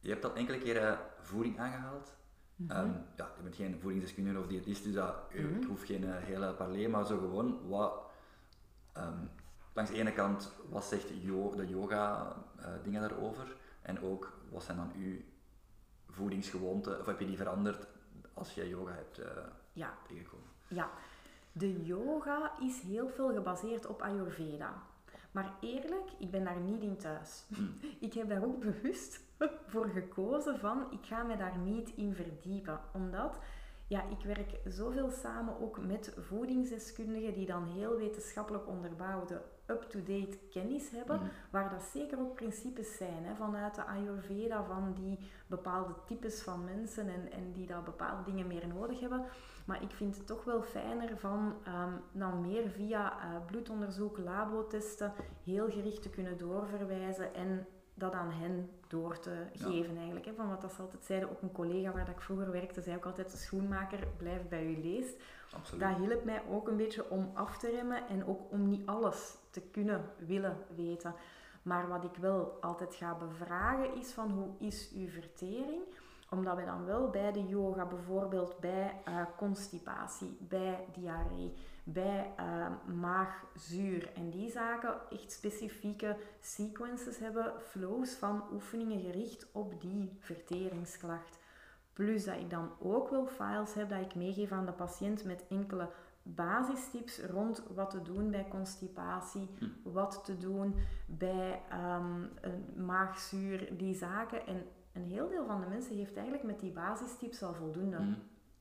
je hebt al enkele keren voeding aangehaald. Mm-hmm. Um, ja, je bent geen voedingsdeskundige of diëtist, dus dat, mm-hmm. ik hoef geen uh, hele parley, maar zo gewoon wat... Um, langs de ene kant, wat zegt yo- de yoga uh, dingen daarover? En ook, wat zijn dan uw voedingsgewoonten? Of heb je die veranderd als je yoga hebt uh, ja. tegengekomen? Ja, de yoga is heel veel gebaseerd op Ayurveda. Maar eerlijk, ik ben daar niet in thuis. Hmm. Ik heb daar ook bewust voor gekozen van, ik ga me daar niet in verdiepen. Omdat, ja, ik werk zoveel samen ook met voedingsdeskundigen die dan heel wetenschappelijk onderbouwde up-to-date kennis hebben, mm. waar dat zeker ook principes zijn, hè, vanuit de Ayurveda, van die bepaalde types van mensen en, en die dat bepaalde dingen meer nodig hebben. Maar ik vind het toch wel fijner van um, dan meer via uh, bloedonderzoek, labotesten, heel gericht te kunnen doorverwijzen en dat aan hen door te ja. geven eigenlijk. Hè. Van wat dat ze altijd zeiden, ook een collega waar dat ik vroeger werkte, zei ook altijd, de schoenmaker, blijf bij je leest. Absoluut. Dat hielp mij ook een beetje om af te remmen en ook om niet alles te kunnen willen weten. Maar wat ik wel altijd ga bevragen is van, hoe is uw vertering? Omdat we dan wel bij de yoga bijvoorbeeld bij uh, constipatie, bij diarree, bij uh, maagzuur en die zaken echt specifieke sequences hebben, flows van oefeningen gericht op die verteringsklacht. Plus dat ik dan ook wel files heb dat ik meegeef aan de patiënt met enkele basistips rond wat te doen bij constipatie, hm. wat te doen bij um, een maagzuur, die zaken. En een heel deel van de mensen heeft eigenlijk met die basistips al voldoende. Mm.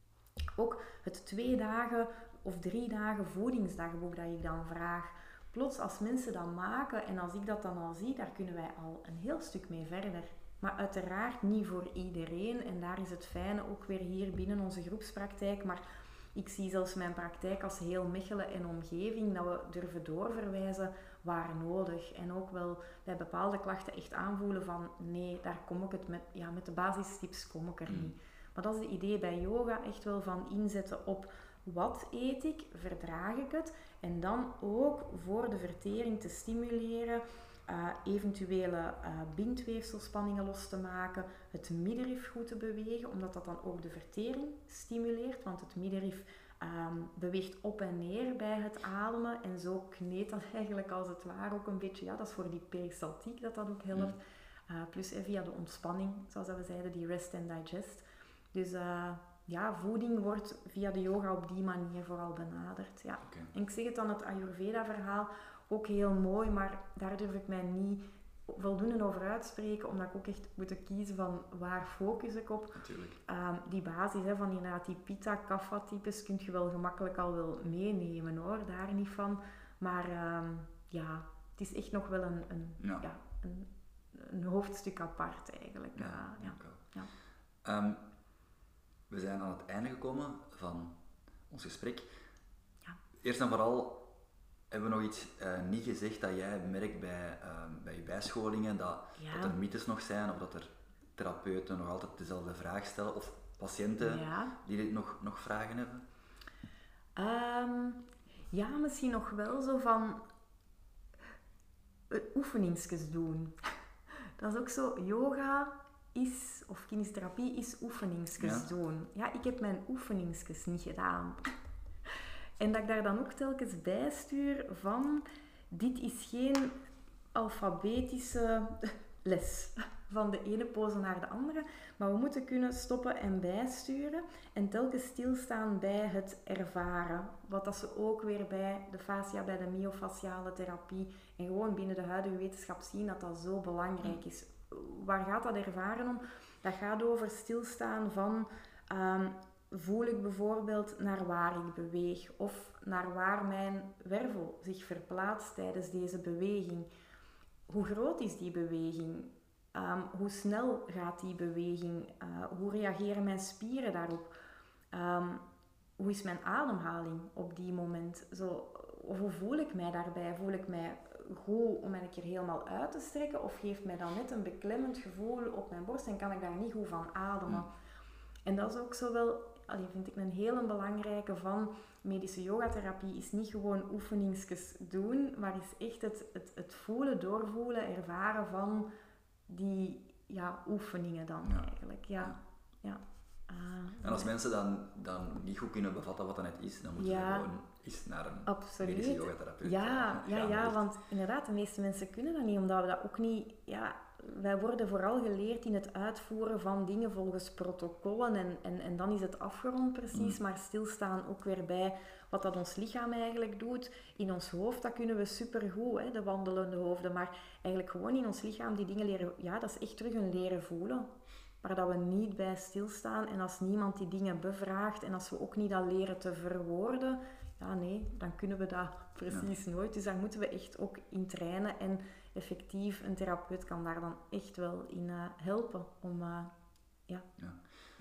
Ook het twee dagen of drie dagen voedingsdagboek dat ik dan vraag. Plots als mensen dat maken en als ik dat dan al zie, daar kunnen wij al een heel stuk mee verder. Maar uiteraard niet voor iedereen en daar is het fijne ook weer hier binnen onze groepspraktijk. Maar ik zie zelfs mijn praktijk als heel Mechelen en omgeving, dat we durven doorverwijzen waar nodig. En ook wel bij bepaalde klachten echt aanvoelen van nee, daar kom ik het met, ja, met de basistips kom ik er mm. niet. Maar dat is het idee bij yoga, echt wel van inzetten op wat eet ik, verdraag ik het. En dan ook voor de vertering te stimuleren, uh, eventuele uh, bindweefselspanningen los te maken, het middenrif goed te bewegen, omdat dat dan ook de vertering stimuleert. Want het middenrif Um, beweegt op en neer bij het ademen en zo kneedt dat eigenlijk als het ware ook een beetje, ja, dat is voor die peristaltiek dat dat ook helpt. Uh, plus eh, via de ontspanning, zoals we zeiden, die rest and digest. Dus uh, ja, voeding wordt via de yoga op die manier vooral benaderd. Ja. Okay. En ik zeg het dan, het Ayurveda-verhaal, ook heel mooi, maar daar durf ik mij niet voldoende over uitspreken, omdat ik ook echt moet kiezen van waar focus ik op. Natuurlijk. Um, die basis hè, van inderdaad die pitta, kapha types kun je wel gemakkelijk al wel meenemen hoor, daar niet van. Maar um, ja, het is echt nog wel een, een, ja. Ja, een, een hoofdstuk apart eigenlijk. Ja, uh, ja. Okay. Ja. Um, we zijn aan het einde gekomen van ons gesprek. Ja. Eerst en vooral hebben we nog iets uh, niet gezegd dat jij merkt bij, uh, bij je bijscholingen, dat, ja. dat er mythes nog zijn, of dat er therapeuten nog altijd dezelfde vraag stellen, of patiënten ja. die dit nog, nog vragen hebben? Um, ja, misschien nog wel zo van uh, oefeningsjes doen. Dat is ook zo, yoga is, of kinesiotherapie is oefeningsjes ja. doen. Ja, ik heb mijn oefeningsjes niet gedaan. En dat ik daar dan ook telkens bij stuur van, dit is geen alfabetische les van de ene pose naar de andere, maar we moeten kunnen stoppen en bijsturen en telkens stilstaan bij het ervaren. Wat dat ze ook weer bij de fascia, bij de myofasciale therapie en gewoon binnen de huidige wetenschap zien dat dat zo belangrijk is. Waar gaat dat ervaren om? Dat gaat over stilstaan van... Um, voel ik bijvoorbeeld naar waar ik beweeg of naar waar mijn wervel zich verplaatst tijdens deze beweging. Hoe groot is die beweging? Um, hoe snel gaat die beweging? Uh, hoe reageren mijn spieren daarop? Um, hoe is mijn ademhaling op die moment? Zo, of hoe voel ik mij daarbij? Voel ik mij goed om mij een keer helemaal uit te strekken of geeft mij dan net een beklemmend gevoel op mijn borst en kan ik daar niet goed van ademen? Mm. En dat is ook zo wel... Allee, vind ik een hele belangrijke van medische yogatherapie is niet gewoon oefeningsjes doen, maar is echt het, het, het voelen, doorvoelen, ervaren van die ja, oefeningen dan Ja. eigenlijk. Ja. Ja. Ja. Uh, En als ja. mensen dan, dan niet goed kunnen bevatten wat dat net is, dan moeten Ja. ze gewoon eens naar een Absoluut. medische yogatherapeut Ja, gaan. ja, ja, echt. want inderdaad, de meeste mensen kunnen dat niet, omdat we dat ook niet... Ja, wij worden vooral geleerd in het uitvoeren van dingen volgens protocollen en, en, en dan is het afgerond precies, Mm. maar stilstaan ook weer bij wat dat ons lichaam eigenlijk doet. In ons hoofd, dat kunnen we supergoed, hè, de wandelende hoofden, maar eigenlijk gewoon in ons lichaam die dingen leren... Ja, dat is echt terug een leren voelen, waar dat we niet bij stilstaan en als niemand die dingen bevraagt en als we ook niet dat leren te verwoorden... Ja, nee, dan kunnen we dat precies ja. nooit. Dus daar moeten we echt ook in trainen. En effectief, een therapeut kan daar dan echt wel in uh, helpen. Om, uh, ja. Ja. Hm.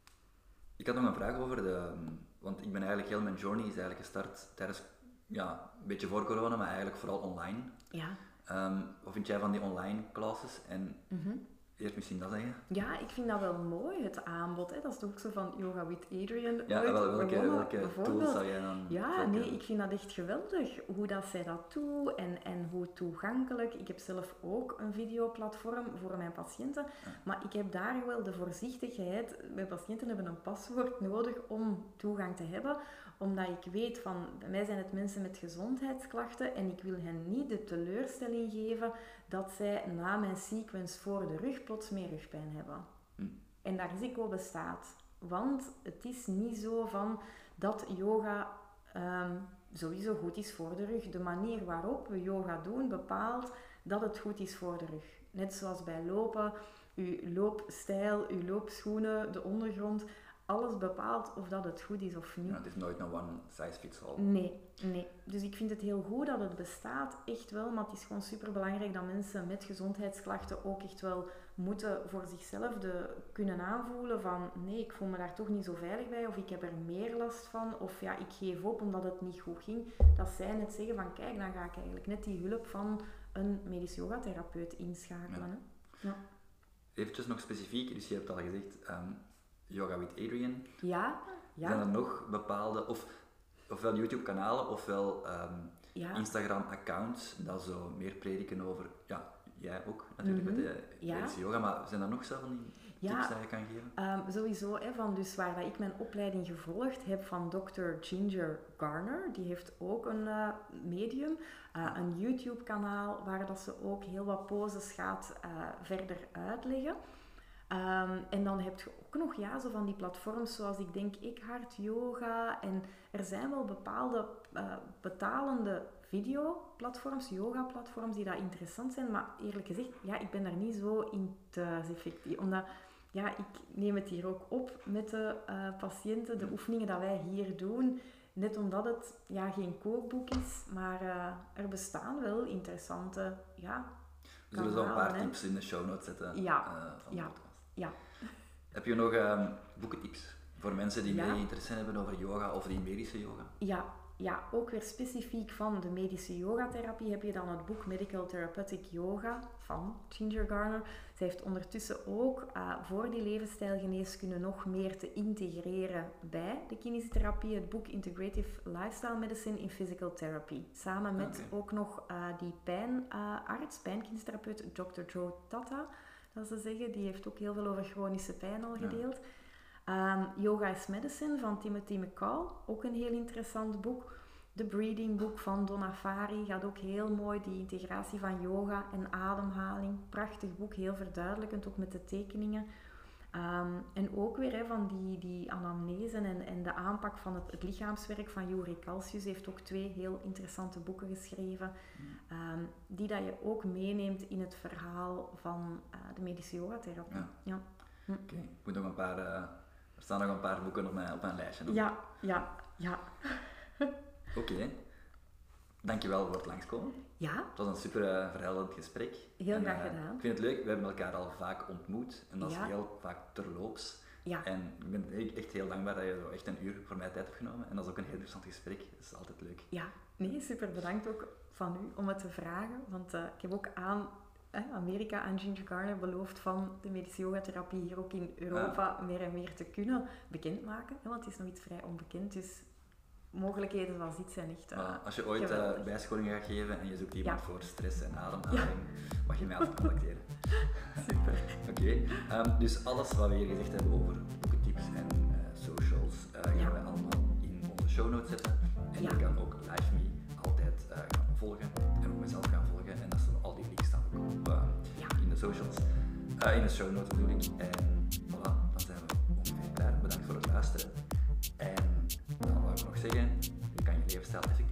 Ik had nog een vraag over de... Want ik ben eigenlijk heel mijn journey is eigenlijk gestart tijdens... Ja, een beetje voor corona, maar eigenlijk vooral online. Ja. Um, wat vind jij van die online classes? En Mm-hmm. eerst misschien dat zeggen? Ja, ik vind dat wel mooi, het aanbod. Hè. Dat is toch ook zo van Yoga with Adrian. Ja, ooit wel, welke, begonnen, welke tools zou jij dan... Ja, welke... nee, ik vind dat echt geweldig. Hoe dat zij dat doen en, en hoe toegankelijk. Ik heb zelf ook een videoplatform voor mijn patiënten. Ja. Maar ik heb daar wel de voorzichtigheid. Mijn patiënten hebben een paswoord nodig om toegang te hebben. Omdat ik weet van, bij mij zijn het mensen met gezondheidsklachten en ik wil hen niet de teleurstelling geven dat zij na mijn sequence voor de rug plots meer rugpijn hebben. Hm. En dat risico bestaat. Want het is niet zo van dat yoga um, sowieso goed is voor de rug. De manier waarop we yoga doen bepaalt dat het goed is voor de rug. Net zoals bij lopen, uw loopstijl, uw loopschoenen, de ondergrond... Alles bepaalt of dat het goed is of niet. Ja, het is nooit een one size fits all. Nee, nee. Dus ik vind het heel goed dat het bestaat, echt wel. Maar het is gewoon superbelangrijk dat mensen met gezondheidsklachten ook echt wel moeten voor zichzelf de, kunnen aanvoelen van nee, ik voel me daar toch niet zo veilig bij of ik heb er meer last van of ja, ik geef op omdat het niet goed ging. Dat zij net zeggen van kijk, dan ga ik eigenlijk net die hulp van een medisch yogatherapeut inschakelen. Ja. Hè? Ja. Eventjes nog specifiek, dus je hebt al gezegd... Um, Yoga with Adrian. Ja, ja. Zijn er nog bepaalde, of, ofwel YouTube-kanalen, ofwel um, ja. Instagram-accounts, dat zo meer prediken over, ja, jij ook natuurlijk mm-hmm. met de medische ja. yoga, maar zijn er nog zo van die ja. tips dat je kan geven? Um, sowieso, hè, van dus waar dat ik mijn opleiding gevolgd heb van dokter Ginger Garner, die heeft ook een uh, medium, uh, een YouTube-kanaal, waar dat ze ook heel wat poses gaat uh, verder uitleggen. Um, en dan heb je ook nog ja, zo van die platforms zoals ik denk Eckhart Yoga. En er zijn wel bepaalde uh, betalende videoplatforms, yoga-platforms die dat interessant zijn. Maar eerlijk gezegd, ja, ik ben daar niet zo in thuis effectief. Omdat, ja, ik neem het hier ook op met de uh, patiënten, de oefeningen dat wij hier doen. Net omdat het ja, geen kookboek is, maar uh, er bestaan wel interessante, ja... We zullen zo een paar hè? tips in de show notes zetten ja. uh, van ja. de podcast. Ja. Heb je nog um, boekentips voor mensen die ja. meer interesse hebben over yoga of die medische yoga? Ja, ja, ook weer specifiek van de medische yogatherapie heb je dan het boek Medical Therapeutic Yoga van Ginger Garner. Zij heeft ondertussen ook uh, voor die levensstijlgeneeskunde nog meer te integreren bij de kinesiotherapie het boek Integrative Lifestyle Medicine in Physical Therapy. Samen met okay. ook nog uh, die pijnarts, uh, pijnkinesietherapeut dokter Joe Tata. Dat ze zeggen, die heeft ook heel veel over chronische pijn al gedeeld. Ja. Um, Yoga is Medicine van Timothy McCall, ook een heel interessant boek. The Breathing Book van Donna Fari gaat ook heel mooi, die integratie van yoga en ademhaling. Prachtig boek, heel verduidelijkend, ook met de tekeningen. Um, en ook weer hè, van die, die anamnese en, en de aanpak van het, het lichaamswerk van Juri Calcius heeft ook twee heel interessante boeken geschreven, um, die dat je ook meeneemt in het verhaal van uh, de medische yogatherapie. Ja. Ja. Hm. Oké, okay. Ik moet nog een paar, uh, er staan nog een paar boeken op mijn, op mijn lijstje. Nog. Ja, ja, ja. Oké. Okay. Dankjewel voor het langskomen. Ja. Het was een super uh, verhelderend gesprek. Heel en, graag uh, gedaan. Ik vind het leuk, we hebben elkaar al vaak ontmoet en dat ja. is heel vaak terloops. Ja. En ik ben echt heel dankbaar dat je zo echt een uur voor mij tijd hebt genomen en dat is ook een heel interessant gesprek, dat is altijd leuk. Ja, nee, super bedankt ook van u om het te vragen, want uh, ik heb ook aan eh, Amerika, aan Ginger Garner beloofd van de medische yogatherapie hier ook in Europa ah. meer en meer te kunnen bekendmaken, hè, want het is nog iets vrij onbekend, dus mogelijkheden zoals dit zijn echt uh, uh, Als je ooit uh, bijscholing gaat geven en je zoekt iemand ja. voor stress en ademhaling, ja. mag je mij altijd contacteren. Super. Oké, okay. um, dus alles wat we hier gezegd hebben over boekentips en uh, socials uh, gaan ja. we allemaal in onze show notes zetten. En ja. je kan ook LiveMe altijd uh, gaan volgen en ook mezelf gaan volgen. En dat staan al die links staan ook op uh, ja. in de socials, uh, in de show notes bedoel ik. En voilà, dan zijn we ongeveer klaar. Bedankt voor het luisteren. En dan wou ik nog zeggen, je kan je levensstijl effectief